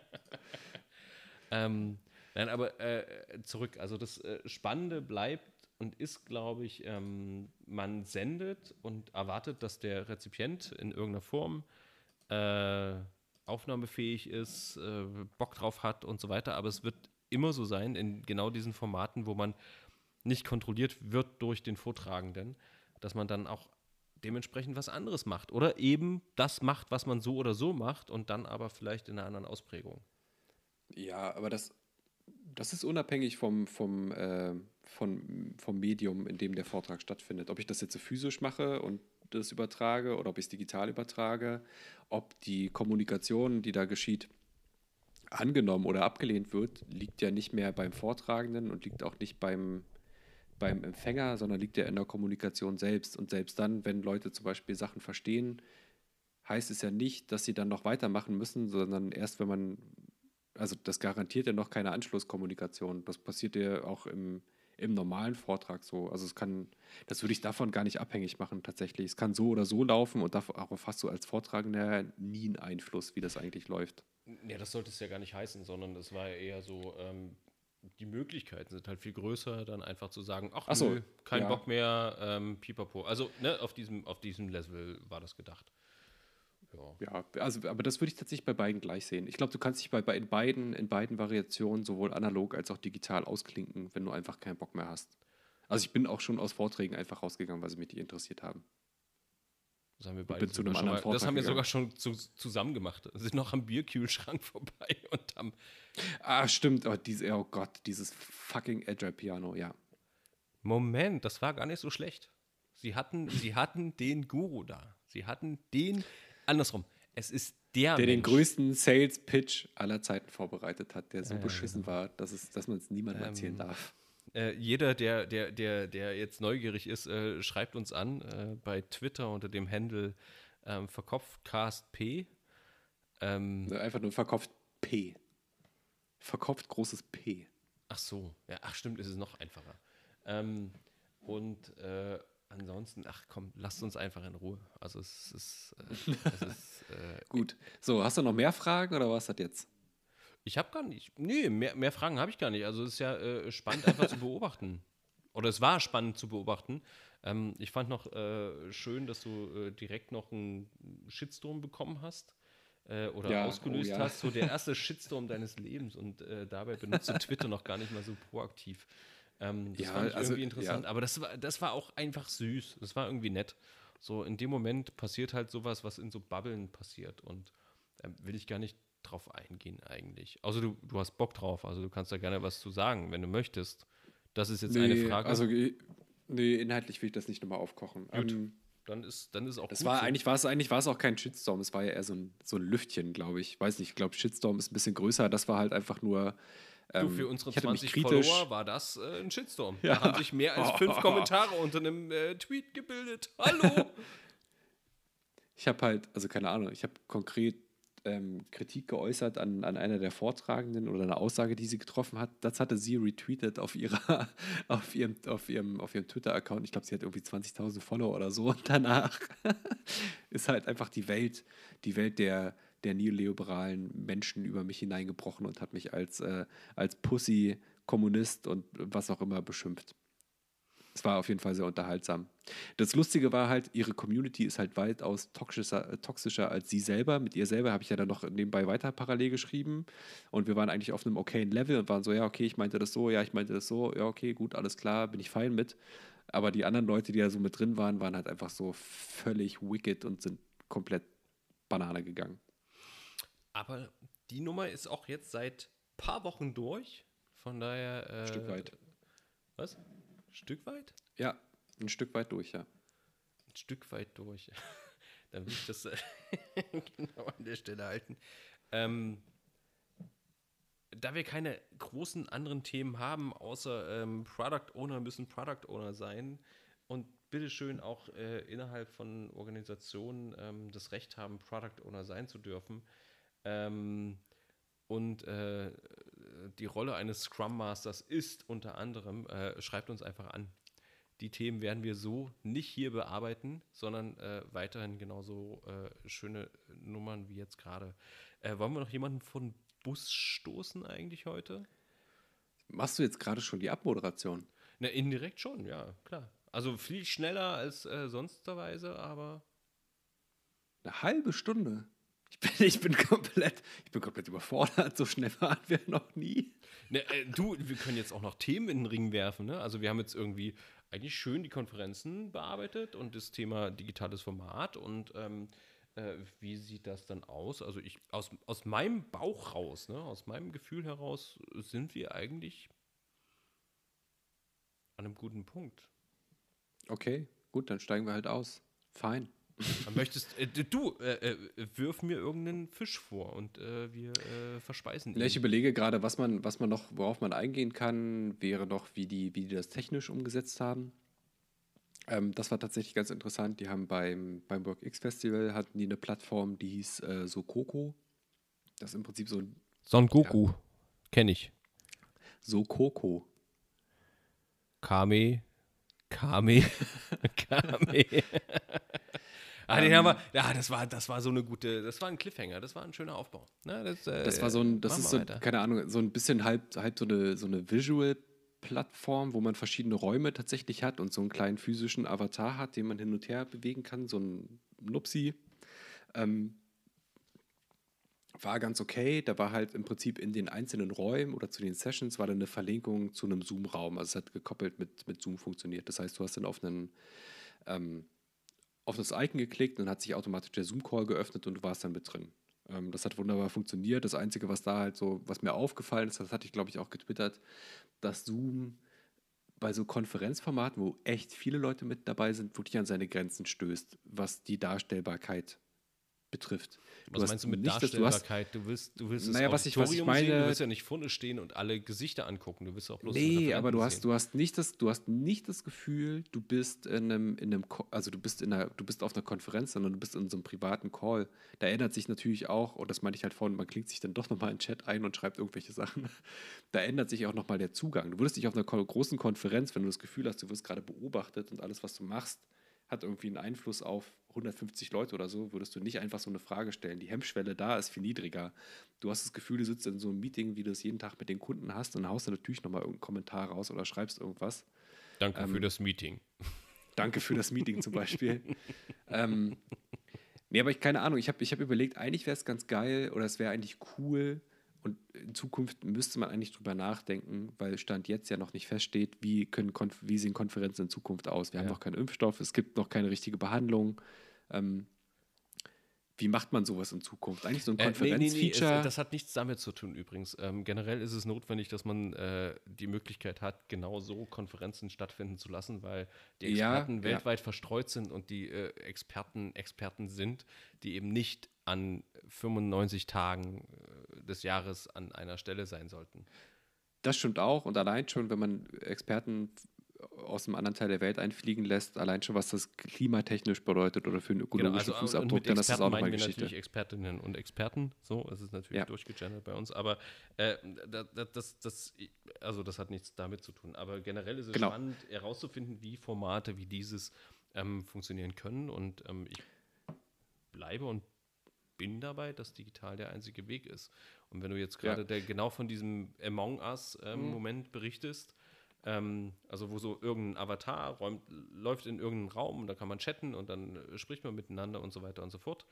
Nein, aber zurück. Also das Spannende bleibt und ist, glaube ich, man sendet und erwartet, dass der Rezipient in irgendeiner Form aufnahmefähig ist, Bock drauf hat und so weiter. Aber es wird immer so sein, in genau diesen Formaten, wo man nicht kontrolliert wird durch den Vortragenden, dass man dann auch dementsprechend was anderes macht. Oder eben das macht, was man so oder so macht und dann aber vielleicht in einer anderen Ausprägung. Ja, aber das ist unabhängig vom Medium, in dem der Vortrag stattfindet. Ob ich das jetzt physisch mache und das übertrage oder ob ich es digital übertrage, ob die Kommunikation, die da geschieht, angenommen oder abgelehnt wird, liegt ja nicht mehr beim Vortragenden und liegt auch nicht beim Empfänger, sondern liegt ja in der Kommunikation selbst. Und selbst dann, wenn Leute zum Beispiel Sachen verstehen, heißt es ja nicht, dass sie dann noch weitermachen müssen, sondern erst, wenn man, also das garantiert ja noch keine Anschlusskommunikation. Das passiert ja auch im normalen Vortrag so. Also das würde ich davon gar nicht abhängig machen tatsächlich. Es kann so oder so laufen und darauf hast du als Vortragender nie einen Einfluss, wie das eigentlich läuft. Ja, das sollte es ja gar nicht heißen, sondern das war ja eher so, die Möglichkeiten sind halt viel größer, dann einfach zu sagen, nö, kein Bock mehr, pipapo. Also auf diesem Level war das gedacht. Ja, also, aber das würde ich tatsächlich bei beiden gleich sehen. Ich glaube, du kannst dich in beiden Variationen sowohl analog als auch digital ausklinken, wenn du einfach keinen Bock mehr hast. Also ich bin auch schon aus Vorträgen einfach rausgegangen, weil sie mich nicht interessiert haben. Das haben wir Und beide bin zu einem sogar schon anderen mal, das Vortrag haben wir gegangen. sogar schon zusammen gemacht. Sind noch am Bierkühlschrank vorbei und haben. Ah, stimmt. Oh Gott, dieses fucking Agile Piano, ja. Moment, das war gar nicht so schlecht. Sie hatten den Guru da. Sie hatten den. Andersrum. Es ist der Der den Mensch. größten Sales-Pitch aller Zeiten vorbereitet hat, der so beschissen genau. war, dass man es niemandem erzählen darf. Jeder, der jetzt neugierig ist, schreibt uns an bei Twitter unter dem Handle verkopftcast.p. Einfach nur verkopft P. Verkopft großes P. Ach so, ja, ach stimmt, es ist noch einfacher. Ansonsten, ach komm, lasst uns einfach in Ruhe. Also es ist Gut. So, hast du noch mehr Fragen oder was das jetzt? ich habe gar nicht, nee, mehr Fragen habe ich gar nicht. Also es ist ja spannend einfach zu beobachten. Oder es war spannend zu beobachten. Ich fand noch schön, dass du direkt noch einen Shitstorm bekommen hast. Oder Ja, ausgelöst oh ja. hast, so der erste Shitstorm deines Lebens und dabei benutzt du Twitter noch gar nicht mal so proaktiv. Das Ja, fand ich also, irgendwie interessant, ja. aber das war auch einfach süß. Das war irgendwie nett. So in dem Moment passiert halt sowas, was in so Bubbeln passiert und will ich gar nicht drauf eingehen eigentlich. Außer du hast Bock drauf, also du kannst da gerne was zu sagen, wenn du möchtest. Das ist jetzt eine Frage. Also, nee, inhaltlich will ich das nicht nochmal aufkochen. Gut. Dann ist auch Das gut war so. eigentlich war es auch kein Shitstorm, es war ja eher so ein Lüftchen, glaube ich. Weiß nicht, ich glaube, Shitstorm ist ein bisschen größer. Das war halt einfach nur. Du, für unsere ich hatte mich 20 kritisch. Follower war das ein Shitstorm. Ja. Da haben sich mehr als 5 Kommentare unter einem Tweet gebildet. Hallo! Ich habe halt, also keine Ahnung, ich habe konkret Kritik geäußert an einer der Vortragenden oder eine Aussage, die sie getroffen hat. Das hatte sie retweetet auf ihrem Twitter-Account. Ich glaube, sie hat irgendwie 20.000 Follower oder so. Und danach ist halt einfach die Welt der neoliberalen Menschen über mich hineingebrochen und hat mich als Pussy, Kommunist und was auch immer beschimpft. Es war auf jeden Fall sehr unterhaltsam. Das Lustige war halt, ihre Community ist halt weitaus toxischer als sie selber. Mit ihr selber habe ich ja dann noch nebenbei weiter parallel geschrieben. Und wir waren eigentlich auf einem okayen Level und waren so, ja, okay, ich meinte das so, ja, ich meinte das so, ja, okay, gut, alles klar, bin ich fein mit. Aber die anderen Leute, die da so mit drin waren, waren halt einfach so völlig wicked und sind komplett Banane gegangen. Aber die Nummer ist auch jetzt seit ein paar Wochen durch. Von daher. Ein Stück weit. Was? Stück weit? Ja, ein Stück weit durch, ja. Ein Stück weit durch. Dann will ich das genau an der Stelle halten. Da wir keine großen anderen Themen haben, außer Product Owner müssen Product Owner sein und bitteschön auch innerhalb von Organisationen das Recht haben, Product Owner sein zu dürfen. Und die Rolle eines Scrum Masters ist unter anderem, schreibt uns einfach an. Die Themen werden wir so nicht hier bearbeiten, sondern weiterhin genauso schöne Nummern wie jetzt gerade. Wollen wir noch jemanden von Bus stoßen eigentlich heute? Machst du jetzt gerade schon die Abmoderation? Na, indirekt schon, ja, klar. Also viel schneller als sonsterweise, aber Eine halbe Stunde? Ich bin komplett überfordert. So schnell waren wir noch nie. Ne, wir können jetzt auch noch Themen in den Ring werfen. Ne? Also wir haben jetzt irgendwie eigentlich schön die Konferenzen bearbeitet und das Thema digitales Format und wie sieht das dann aus? Also aus meinem Bauch raus, ne? Aus meinem Gefühl heraus sind wir eigentlich an einem guten Punkt. Okay, gut, dann steigen wir halt aus. Fein. Möchtest wirf mir irgendeinen Fisch vor und wir verspeisen ihn. Ja, ich überlege gerade, worauf man eingehen kann, wäre noch, wie die das technisch umgesetzt haben. Das war tatsächlich ganz interessant. Die haben beim WorkX Festival hatten die eine Plattform, die hieß Sokoko. Das ist im Prinzip so ein Son Goku, kenne ich. Sokoko. Kame. Den haben wir, ja, das war so eine gute, das war ein Cliffhanger, das war ein schöner Aufbau. Ne, Das war so ein, das ist so, keine Ahnung, so ein bisschen halb so eine Visual-Plattform, wo man verschiedene Räume tatsächlich hat und so einen kleinen physischen Avatar hat, den man hin und her bewegen kann, so ein Nupsi. War ganz okay. Da war halt im Prinzip in den einzelnen Räumen oder zu den Sessions war dann eine Verlinkung zu einem Zoom-Raum. Also es hat gekoppelt mit Zoom funktioniert. Das heißt, du hast dann auf einen auf das Icon geklickt und dann hat sich automatisch der Zoom-Call geöffnet und du warst dann mit drin. Das hat wunderbar funktioniert. Das Einzige, was da halt so, was mir aufgefallen ist, das hatte ich, glaube ich, auch getwittert, dass Zoom bei so Konferenzformaten, wo echt viele Leute mit dabei sind, wirklich an seine Grenzen stößt, was die Darstellbarkeit betrifft. Was meinst du mit nicht, Darstellbarkeit? Du willst naja, was ich meine, sehen, du willst ja nicht vorne stehen und alle Gesichter angucken, du willst auch bloß nee, aber du sehen. hast nicht das Gefühl, du bist also du bist auf einer Konferenz, sondern du bist in so einem privaten Call. Da ändert sich natürlich auch, und das meinte ich halt vorhin, man klingt sich dann doch nochmal in den Chat ein und schreibt irgendwelche Sachen. Da ändert sich auch nochmal der Zugang. Du würdest dich auf einer großen Konferenz, wenn du das Gefühl hast, du wirst gerade beobachtet und alles, was du machst, hat irgendwie einen Einfluss auf 150 Leute oder so, würdest du nicht einfach so eine Frage stellen. Die Hemmschwelle da ist viel niedriger. Du hast das Gefühl, du sitzt in so einem Meeting, wie du es jeden Tag mit den Kunden hast, und dann haust du natürlich nochmal irgendeinen Kommentar raus oder schreibst irgendwas. Danke für das Meeting. Danke für das Meeting zum Beispiel. Nee, aber keine Ahnung, ich hab überlegt, eigentlich wäre es ganz geil oder es wäre eigentlich cool, und in Zukunft müsste man eigentlich drüber nachdenken, weil Stand jetzt ja noch nicht feststeht, wie sehen Konferenzen in Zukunft aus. Wir haben noch keinen Impfstoff, es gibt noch keine richtige Behandlung. Wie macht man sowas in Zukunft? Eigentlich so ein Konferenzfeature? Das hat nichts damit zu tun übrigens. Generell ist es notwendig, dass man die Möglichkeit hat, genau so Konferenzen stattfinden zu lassen, weil die Experten weltweit verstreut sind und die Experten sind, die eben nicht an 95 Tagen des Jahres an einer Stelle sein sollten. Das stimmt auch. Und allein schon, wenn man Experten aus einem anderen Teil der Welt einfliegen lässt, allein schon, was das klimatechnisch bedeutet oder für einen ökologischen Fußabdruck, dann ist das auch nochmal Geschichte. Natürlich Expertinnen und Experten, so, es ist natürlich durchgegendert bei uns, aber das hat nichts damit zu tun. Aber generell ist es spannend, herauszufinden, wie Formate wie dieses funktionieren können, und ich bleibe und bin dabei, dass digital der einzige Weg ist. Und wenn du jetzt gerade genau von diesem Among Us-Moment berichtest, also wo so irgendein Avatar läuft in irgendeinen Raum und da kann man chatten und dann spricht man miteinander und so weiter und so fort,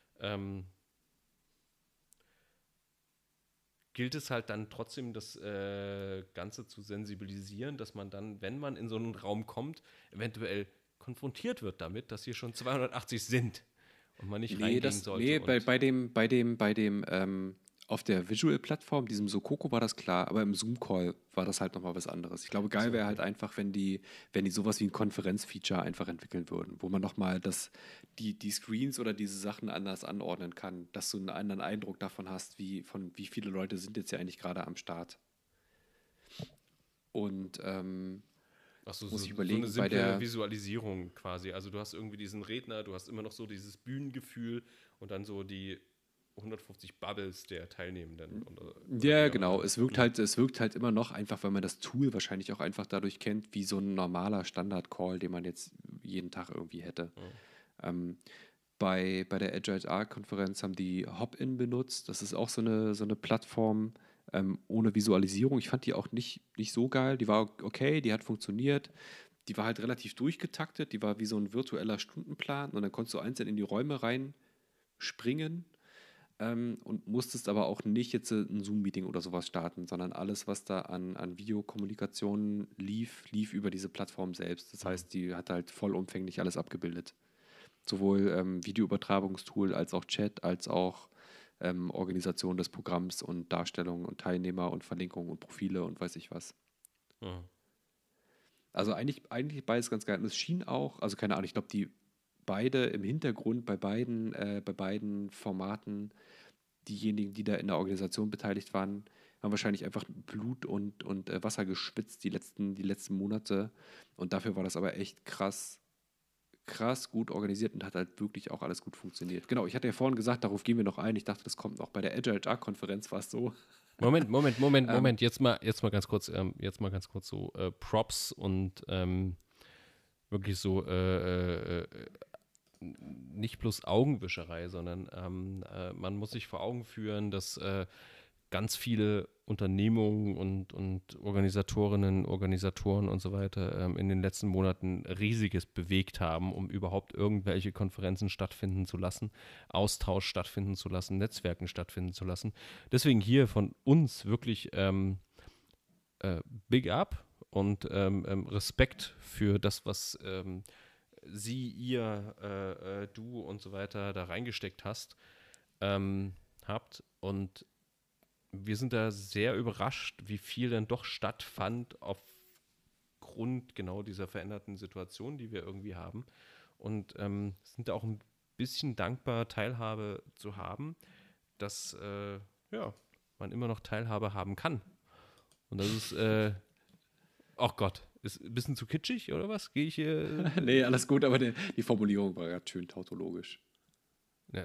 gilt es halt dann trotzdem, das Ganze zu sensibilisieren, dass man dann, wenn man in so einen Raum kommt, eventuell konfrontiert wird damit, dass hier schon 280 sind und man nicht reingehen sollte. Nee, bei dem auf der Visual-Plattform, diesem Sokoko, war das klar, aber im Zoom-Call war das halt nochmal was anderes. Ich glaube, geil wäre halt einfach, wenn die sowas wie ein Konferenz-Feature einfach entwickeln würden, wo man nochmal die Screens oder diese Sachen anders anordnen kann, dass du einen anderen Eindruck davon hast, wie viele Leute sind jetzt ja eigentlich gerade am Start. Und muss ich überlegen, so eine simple Visualisierung quasi. Also du hast irgendwie diesen Redner, du hast immer noch so dieses Bühnengefühl und dann so die 150 Bubbles der Teilnehmenden. Ja, genau. Es wirkt halt immer noch einfach, weil man das Tool wahrscheinlich auch einfach dadurch kennt, wie so ein normaler Standard-Call, den man jetzt jeden Tag irgendwie hätte. Bei der Agile HR-Konferenz haben die Hop-In benutzt. Das ist auch so eine Plattform ohne Visualisierung. Ich fand die auch nicht so geil. Die war okay, die hat funktioniert. Die war halt relativ durchgetaktet. Die war wie so ein virtueller Stundenplan und dann konntest du einzeln in die Räume reinspringen. Und musstest aber auch nicht jetzt ein Zoom-Meeting oder sowas starten, sondern alles, was da an Videokommunikation lief über diese Plattform selbst. Das heißt, die hat halt vollumfänglich alles abgebildet. Sowohl Videoübertragungstool als auch Chat, als auch Organisation des Programms und Darstellung und Teilnehmer und Verlinkung und Profile und weiß ich was. Mhm. Also eigentlich beides ganz geil. Und es schien auch, also keine Ahnung, ich glaube, die beide im Hintergrund bei beiden Formaten, diejenigen, die da in der Organisation beteiligt waren, haben wahrscheinlich einfach Blut und Wasser geschwitzt die letzten Monate. Und dafür war das aber echt krass gut organisiert und hat halt wirklich auch alles gut funktioniert. Genau, ich hatte ja vorhin gesagt, darauf gehen wir noch ein. Ich dachte, das kommt noch bei der Agile HR-Konferenz, war es so. Moment, jetzt mal ganz kurz so Props und wirklich so nicht bloß Augenwischerei, sondern man muss sich vor Augen führen, dass ganz viele Unternehmungen und Organisatorinnen, Organisatoren und so weiter in den letzten Monaten Riesiges bewegt haben, um überhaupt irgendwelche Konferenzen stattfinden zu lassen, Austausch stattfinden zu lassen, Netzwerken stattfinden zu lassen. Deswegen hier von uns wirklich Big Up und Respekt für das, was sie, ihr, du und so weiter da reingesteckt habt. Und wir sind da sehr überrascht, wie viel dann doch stattfand aufgrund genau dieser veränderten Situation, die wir irgendwie haben. Und sind da auch ein bisschen dankbar, Teilhabe zu haben, dass man immer noch Teilhabe haben kann. Und das ist, ach Gott, ist ein bisschen zu kitschig oder was? Gehe ich hier? Nee, alles gut, aber die Formulierung war gerade schön tautologisch. Ja,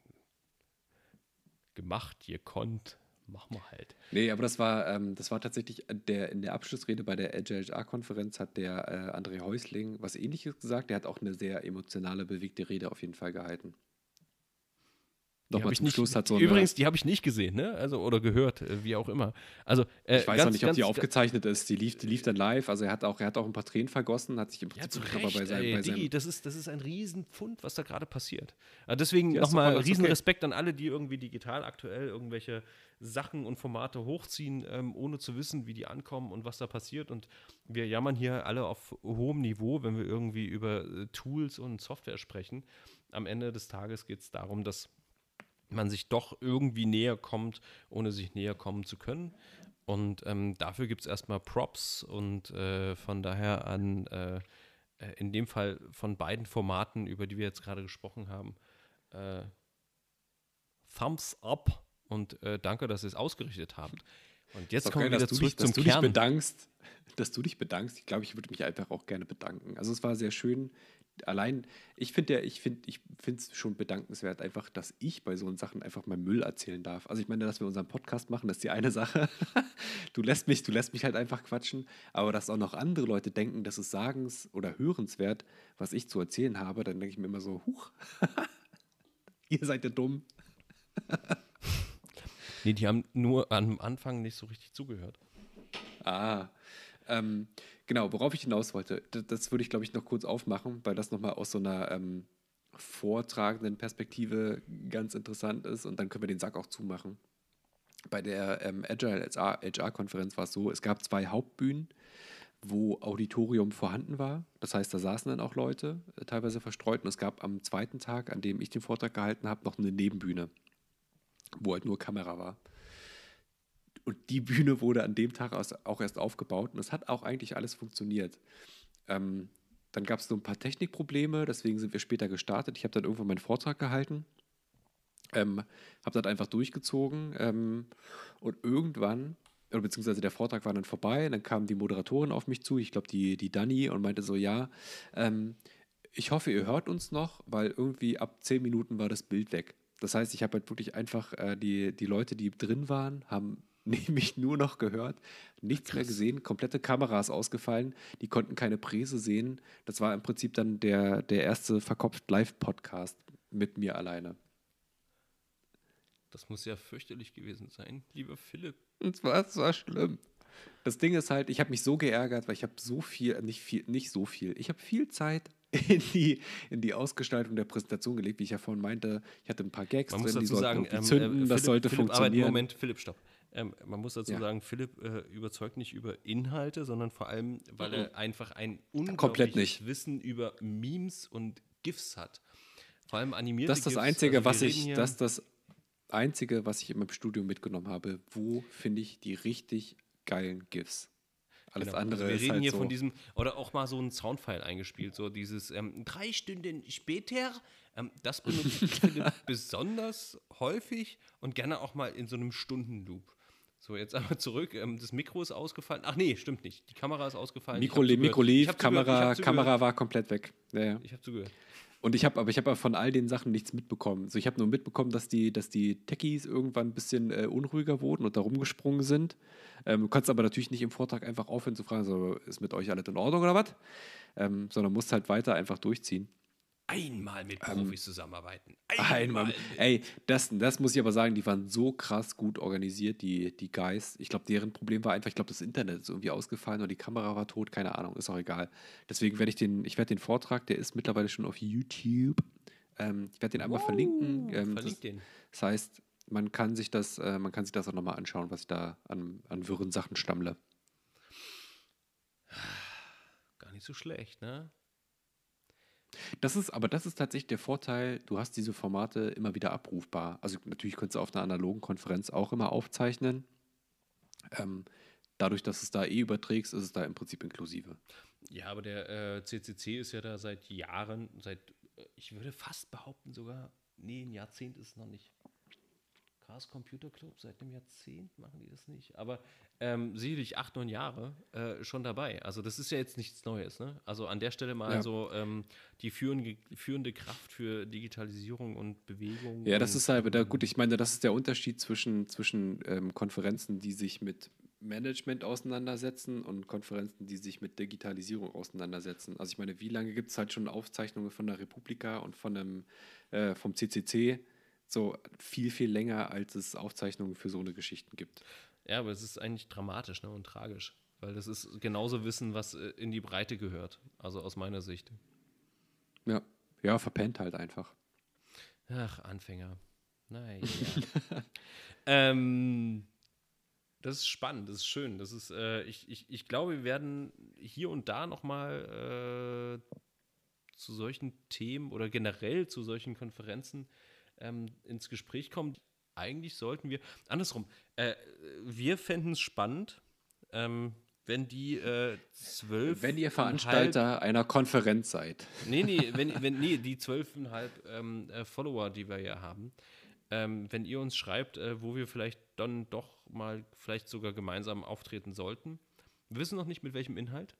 gemacht, ihr konnt, machen wir halt. Nee, aber das war tatsächlich in der Abschlussrede bei der Agile HR-Konferenz hat der André Häusling was Ähnliches gesagt. Der hat auch eine sehr emotionale, bewegte Rede auf jeden Fall gehalten. Nochmal zum Schluss hat so übrigens, die habe ich nicht gesehen, ne? Also, oder gehört, wie auch immer. Also, ich weiß auch nicht, ob die aufgezeichnet ist. Die lief dann live. Also er hat auch ein paar Tränen vergossen, hat sich im Prinzip bei seinem das ist ein Riesenpfund, was da gerade passiert. Also deswegen Ja, nochmal okay. Riesenrespekt an alle, die irgendwie digital aktuell irgendwelche Sachen und Formate hochziehen, ohne zu wissen, wie die ankommen und was da passiert. Und wir jammern hier alle auf hohem Niveau, wenn wir irgendwie über Tools und Software sprechen. Am Ende des Tages geht es darum, dass man sich doch irgendwie näher kommt, ohne sich näher kommen zu können. Und dafür gibt es erstmal Props und von daher an, in dem Fall von beiden Formaten, über die wir jetzt gerade gesprochen haben, Thumbs up und danke, dass ihr es ausgerichtet habt. Und jetzt kommen wir wieder zurück zum Kern. Dass du dich bedankst. Ich glaube, ich würde mich einfach auch gerne bedanken. Also es war sehr schön. Allein, ich finde es schon bedankenswert, einfach, dass ich bei so Sachen einfach mal Müll erzählen darf. Also ich meine, dass wir unseren Podcast machen, das ist die eine Sache. Du lässt mich halt einfach quatschen, aber dass auch noch andere Leute denken, das ist sagens- oder hörenswert, was ich zu erzählen habe, dann denke ich mir immer so, huch, ihr seid ja dumm. Nee, die haben nur am Anfang nicht so richtig zugehört. Genau, worauf ich hinaus wollte, das würde ich, glaube ich, noch kurz aufmachen, weil das nochmal aus so einer vortragenden Perspektive ganz interessant ist und dann können wir den Sack auch zumachen. Bei der Agile HR-Konferenz war es so, es gab 2 Hauptbühnen, wo Auditorium vorhanden war. Das heißt, da saßen dann auch Leute, teilweise verstreut. Und es gab am zweiten Tag, an dem ich den Vortrag gehalten habe, noch eine Nebenbühne, wo halt nur Kamera war. Und die Bühne wurde an dem Tag auch erst aufgebaut und es hat auch eigentlich alles funktioniert. Dann gab es so ein paar Technikprobleme, deswegen sind wir später gestartet. Ich habe dann irgendwann meinen Vortrag gehalten, habe das einfach durchgezogen und irgendwann, oder beziehungsweise der Vortrag war dann vorbei, dann kam die Moderatorin auf mich zu, ich glaube die Dani, und meinte so, ja, ich hoffe, ihr hört uns noch, weil irgendwie ab 10 Minuten war das Bild weg. Das heißt, ich habe halt wirklich einfach die Leute, die drin waren, haben nämlich nur noch gehört, nichts mehr gesehen, komplette Kameras ausgefallen, die konnten keine Präse sehen. Das war im Prinzip dann der erste Verkopft-Live-Podcast mit mir alleine. Das muss ja fürchterlich gewesen sein, lieber Philipp. Es war schlimm. Das Ding ist halt, ich habe mich so geärgert, weil ich habe ich habe viel Zeit in die Ausgestaltung der Präsentation gelegt, wie ich ja vorhin meinte. Ich hatte ein paar Gags drin, die sollten sagen, zünden, das sollte funktionieren. Moment, Philipp, stopp. Man muss dazu sagen, Philipp überzeugt nicht über Inhalte, sondern vor allem, weil er einfach ein unglaubliches Wissen über Memes und GIFs hat. Vor allem animierte GIFs. Das ist das Einzige, was ich in meinem Studium mitgenommen habe. Wo finde ich die richtig geilen GIFs? Alles andere wir ist reden halt hier so. Von diesem, oder auch mal so ein Soundfile eingespielt, so dieses 3 Stunden später, das benutze ich besonders häufig und gerne auch mal in so einem Stundenloop. So, jetzt einmal zurück, das Mikro ist ausgefallen. Ach nee, stimmt nicht. Die Kamera ist ausgefallen. Mikro lief, Kamera war komplett weg. Ja. Ich habe zugehört. Und ich habe von all den Sachen nichts mitbekommen. So, ich habe nur mitbekommen, dass die Techies irgendwann ein bisschen unruhiger wurden und da rumgesprungen sind. Du kannst aber natürlich nicht im Vortrag einfach aufhören zu fragen, so, ist mit euch alles in Ordnung oder was? Sondern musst halt weiter einfach durchziehen. Einmal mit Profis zusammenarbeiten. Einmal. Ey, das muss ich aber sagen, die waren so krass gut organisiert, die Guys. Ich glaube, deren Problem war einfach, das Internet ist irgendwie ausgefallen oder die Kamera war tot, keine Ahnung, ist auch egal. Deswegen werde ich den Vortrag, der ist mittlerweile schon auf YouTube, ich werde den einmal verlinken. Verlink den. Das heißt, man kann sich das auch nochmal anschauen, was ich da an wirren Sachen stammle. Gar nicht so schlecht, ne? Das ist tatsächlich der Vorteil, du hast diese Formate immer wieder abrufbar. Also natürlich könntest du auf einer analogen Konferenz auch immer aufzeichnen. Ähm, Dadurch, dass es da überträgst, ist es da im Prinzip inklusive. Ja, aber der CCC ist ja da seit Jahren, ich würde fast behaupten sogar, nee, ein Jahrzehnt ist es noch nicht. Chaos Computer Club, seit einem Jahrzehnt machen die das nicht. Aber sicherlich 8, 9 Jahre schon dabei. Also das ist ja jetzt nichts Neues. Ne? Also an der Stelle mal Ja. so die führende Kraft für Digitalisierung und Bewegung. Ja, das und, ist halt, gut, ich meine, das ist der Unterschied zwischen Konferenzen, die sich mit Management auseinandersetzen und Konferenzen, die sich mit Digitalisierung auseinandersetzen. Also ich meine, wie lange gibt es halt schon Aufzeichnungen von der Republika und vom CCC? So viel, viel länger, als es Aufzeichnungen für so eine Geschichten gibt. Ja, aber es ist eigentlich dramatisch, ne, und tragisch. Weil das ist genauso Wissen, was in die Breite gehört. Also aus meiner Sicht. Ja, ja, verpennt halt einfach. Ach, Anfänger. Naja. Das ist spannend, das ist schön. Das ist, ich glaube, wir werden hier und da nochmal zu solchen Themen oder generell zu solchen Konferenzen ins Gespräch kommen. Eigentlich sollten wir, andersrum, wir fänden es spannend, wenn die 12. Wenn ihr Veranstalter einer Konferenz seid. Nee, die 12,5 Follower, die wir ja haben, wenn ihr uns schreibt, wo wir vielleicht dann doch mal vielleicht sogar gemeinsam auftreten sollten. Wir wissen noch nicht, mit welchem Inhalt,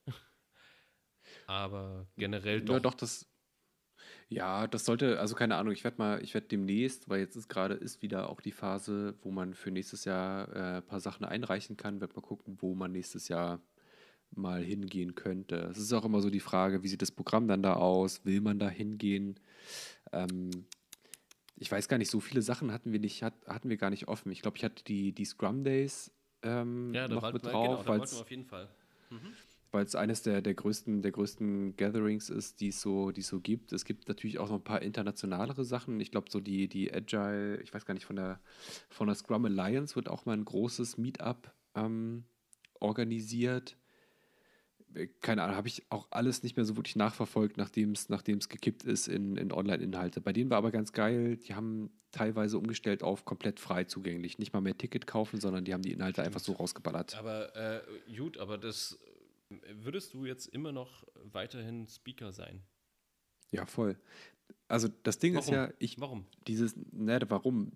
aber generell Ja, doch. doch, das sollte, also keine Ahnung, ich werde demnächst, weil jetzt ist wieder auch die Phase, wo man für nächstes Jahr ein paar Sachen einreichen kann, werde mal gucken, wo man nächstes Jahr mal hingehen könnte. Es ist auch immer so die Frage, wie sieht das Programm dann da aus? Will man da hingehen? Ich weiß gar nicht, so viele Sachen hatten wir gar nicht offen. Ich glaube, ich hatte die Scrum Days Ja, noch mit da drauf, wollten wir auf jeden Fall. weil es eines der größten Gatherings ist, die es so gibt. Es gibt natürlich auch noch ein paar internationalere Sachen. Ich glaube, so die Agile, ich weiß gar nicht, von der Scrum Alliance wird auch mal ein großes Meetup organisiert. Keine Ahnung, habe ich auch alles nicht mehr so wirklich nachverfolgt, nachdem es gekippt ist in Online-Inhalte. Bei denen war aber ganz geil, die haben teilweise umgestellt auf komplett frei zugänglich. Nicht mal mehr Ticket kaufen, sondern die haben die Inhalte einfach so rausgeballert. Aber gut, aber das würdest du jetzt immer noch weiterhin Speaker sein? Ja, voll. Also das Ding ist ja, Warum? Warum?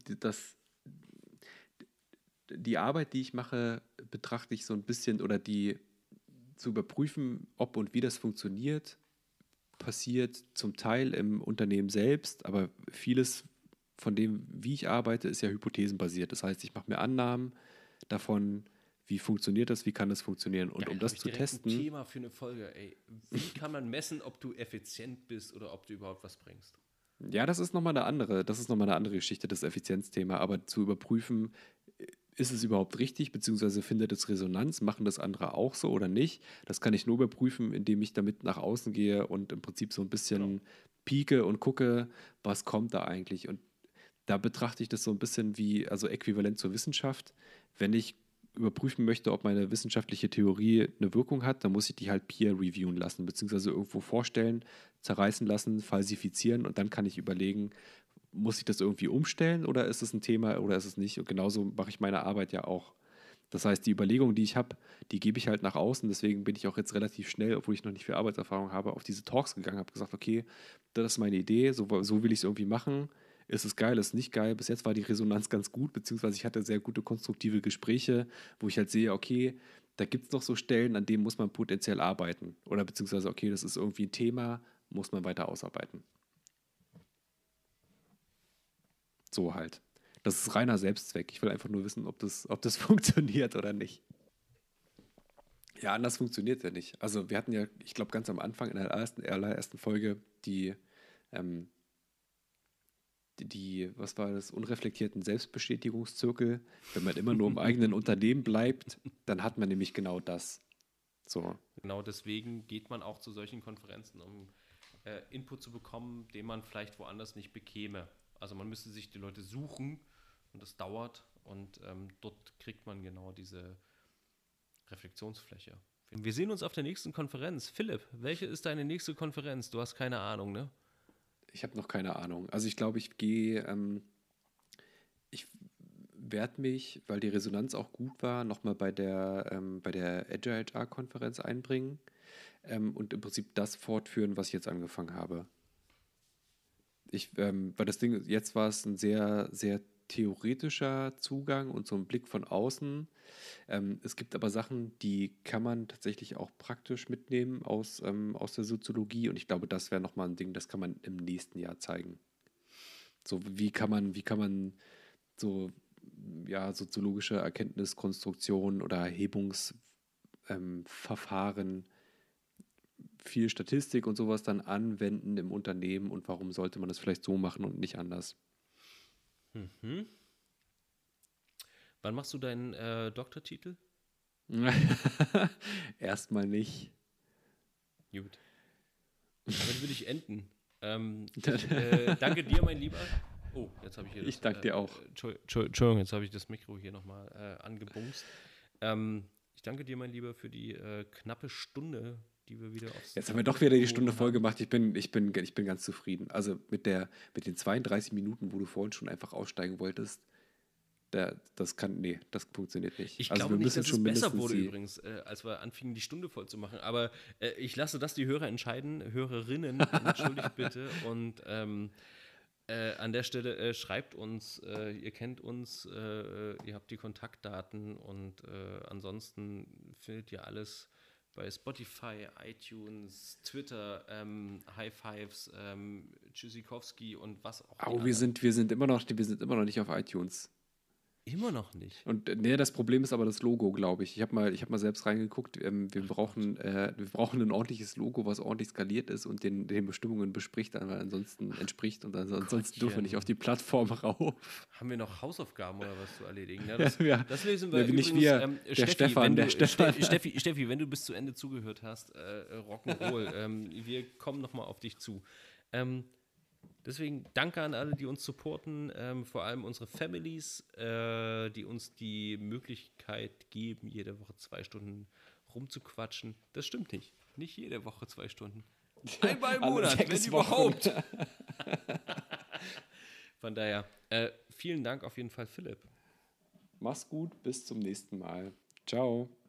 Die Arbeit, die ich mache, betrachte ich so ein bisschen, oder die zu überprüfen, ob und wie das funktioniert, passiert zum Teil im Unternehmen selbst, aber vieles von dem, wie ich arbeite, ist ja hypothesenbasiert. Das heißt, ich mache mir Annahmen davon, wie funktioniert das, wie kann das funktionieren. Und Geil, um das hab ich zu direkt testen. ein Thema für eine Folge, ey. Wie kann man messen, ob du effizient bist oder ob du überhaupt was bringst? Ja, das ist nochmal eine andere Geschichte, das Effizienzthema. Aber zu überprüfen, ist es überhaupt richtig, beziehungsweise findet es Resonanz, machen das andere auch so oder nicht? Das kann ich nur überprüfen, indem ich damit nach außen gehe und im Prinzip so ein bisschen pieke und gucke, was kommt da eigentlich. Und da betrachte ich das so ein bisschen wie, also äquivalent zur Wissenschaft. Wenn ich überprüfen möchte, ob meine wissenschaftliche Theorie eine Wirkung hat, dann muss ich die halt peer reviewen lassen, beziehungsweise irgendwo vorstellen, zerreißen lassen, falsifizieren, und dann kann ich überlegen, muss ich das irgendwie umstellen oder ist es ein Thema oder ist es nicht? Und genauso mache ich meine Arbeit ja auch. Das heißt, die Überlegungen, die ich habe, die gebe ich halt nach außen. Deswegen bin ich auch jetzt relativ schnell, obwohl ich noch nicht viel Arbeitserfahrung habe, auf diese Talks gegangen, habe gesagt, okay, das ist meine Idee, so will ich es irgendwie machen. Ist es geil, ist es nicht geil? Bis jetzt war die Resonanz ganz gut, beziehungsweise ich hatte sehr gute konstruktive Gespräche, wo ich halt sehe, okay, da gibt es noch so Stellen, an denen muss man potenziell arbeiten. Oder beziehungsweise, okay, das ist irgendwie ein Thema, muss man weiter ausarbeiten. So halt. Das ist reiner Selbstzweck. Ich will einfach nur wissen, ob das funktioniert oder nicht. Ja, anders funktioniert ja nicht. Also wir hatten ja, ich glaube, ganz am Anfang in der allerersten Folge was war das, unreflektierten Selbstbestätigungszirkel. Wenn man immer nur im eigenen Unternehmen bleibt, dann hat man nämlich genau das. So. Genau deswegen geht man auch zu solchen Konferenzen, um Input zu bekommen, den man vielleicht woanders nicht bekäme. Also man müsste sich die Leute suchen und das dauert und dort kriegt man genau diese Reflexionsfläche Wir sehen uns auf der nächsten Konferenz. Philipp, welche ist deine nächste Konferenz? Du hast keine Ahnung, ne? Ich habe noch keine Ahnung. Also ich glaube, ich werde mich, weil die Resonanz auch gut war, nochmal bei der Agile HR-Konferenz einbringen und im Prinzip das fortführen, was ich jetzt angefangen habe. Weil das Ding, jetzt war es ein sehr, sehr theoretischer Zugang und so ein Blick von außen. Es gibt aber Sachen, die kann man tatsächlich auch praktisch mitnehmen aus der Soziologie und ich glaube, das wäre nochmal ein Ding, das kann man im nächsten Jahr zeigen. So, wie kann man so, ja, soziologische Erkenntniskonstruktionen oder Erhebungsverfahren, viel Statistik und sowas dann anwenden im Unternehmen und warum sollte man das vielleicht so machen und nicht anders? Mhm. Wann machst du deinen Doktortitel? Erstmal nicht. Gut. Damit will ich enden. Danke dir, mein Lieber. Oh, jetzt habe ich hier Ich danke dir auch. Entschuldigung, jetzt habe ich das Mikro hier nochmal angebumst. Ich danke dir, mein Lieber, für die knappe Stunde, die wir wieder aufs... Jetzt haben wir doch wieder die Stunde voll gemacht. Ich bin ganz zufrieden. Also mit den 32 Minuten, wo du vorhin schon einfach aussteigen wolltest, das funktioniert nicht. Ich also glaube wir nicht, müssen dass schon es besser mindestens wurde übrigens, als wir anfingen, die Stunde voll zu machen. Aber ich lasse das die Hörer entscheiden. Hörerinnen, entschuldigt bitte. Und an der Stelle schreibt uns, ihr kennt uns, ihr habt die Kontaktdaten und ansonsten findet ihr alles bei Spotify, iTunes, Twitter, High Fives, Tschüssikowski und was auch immer. wir sind immer noch nicht auf iTunes. Immer noch nicht. Und das Problem ist aber das Logo, glaube ich. Ich hab mal selbst reingeguckt. Wir brauchen ein ordentliches Logo, was ordentlich skaliert ist und den Bestimmungen bespricht, weil ansonsten entspricht und ansonsten dürfen wir nicht auf die Plattform rauf. Haben wir noch Hausaufgaben oder was zu erledigen? Ne? Das lösen wir übrigens. Nicht wir, Stefan. Steffi, wenn du bis zu Ende zugehört hast, Rock'n'Roll, wir kommen nochmal auf dich zu. Deswegen danke an alle, die uns supporten, vor allem unsere Families, die uns die Möglichkeit geben, jede Woche 2 Stunden rumzuquatschen. Das stimmt nicht. Nicht jede Woche 2 Stunden. Einmal im Monat, wenn überhaupt. Von daher, vielen Dank auf jeden Fall, Philipp. Mach's gut, bis zum nächsten Mal. Ciao.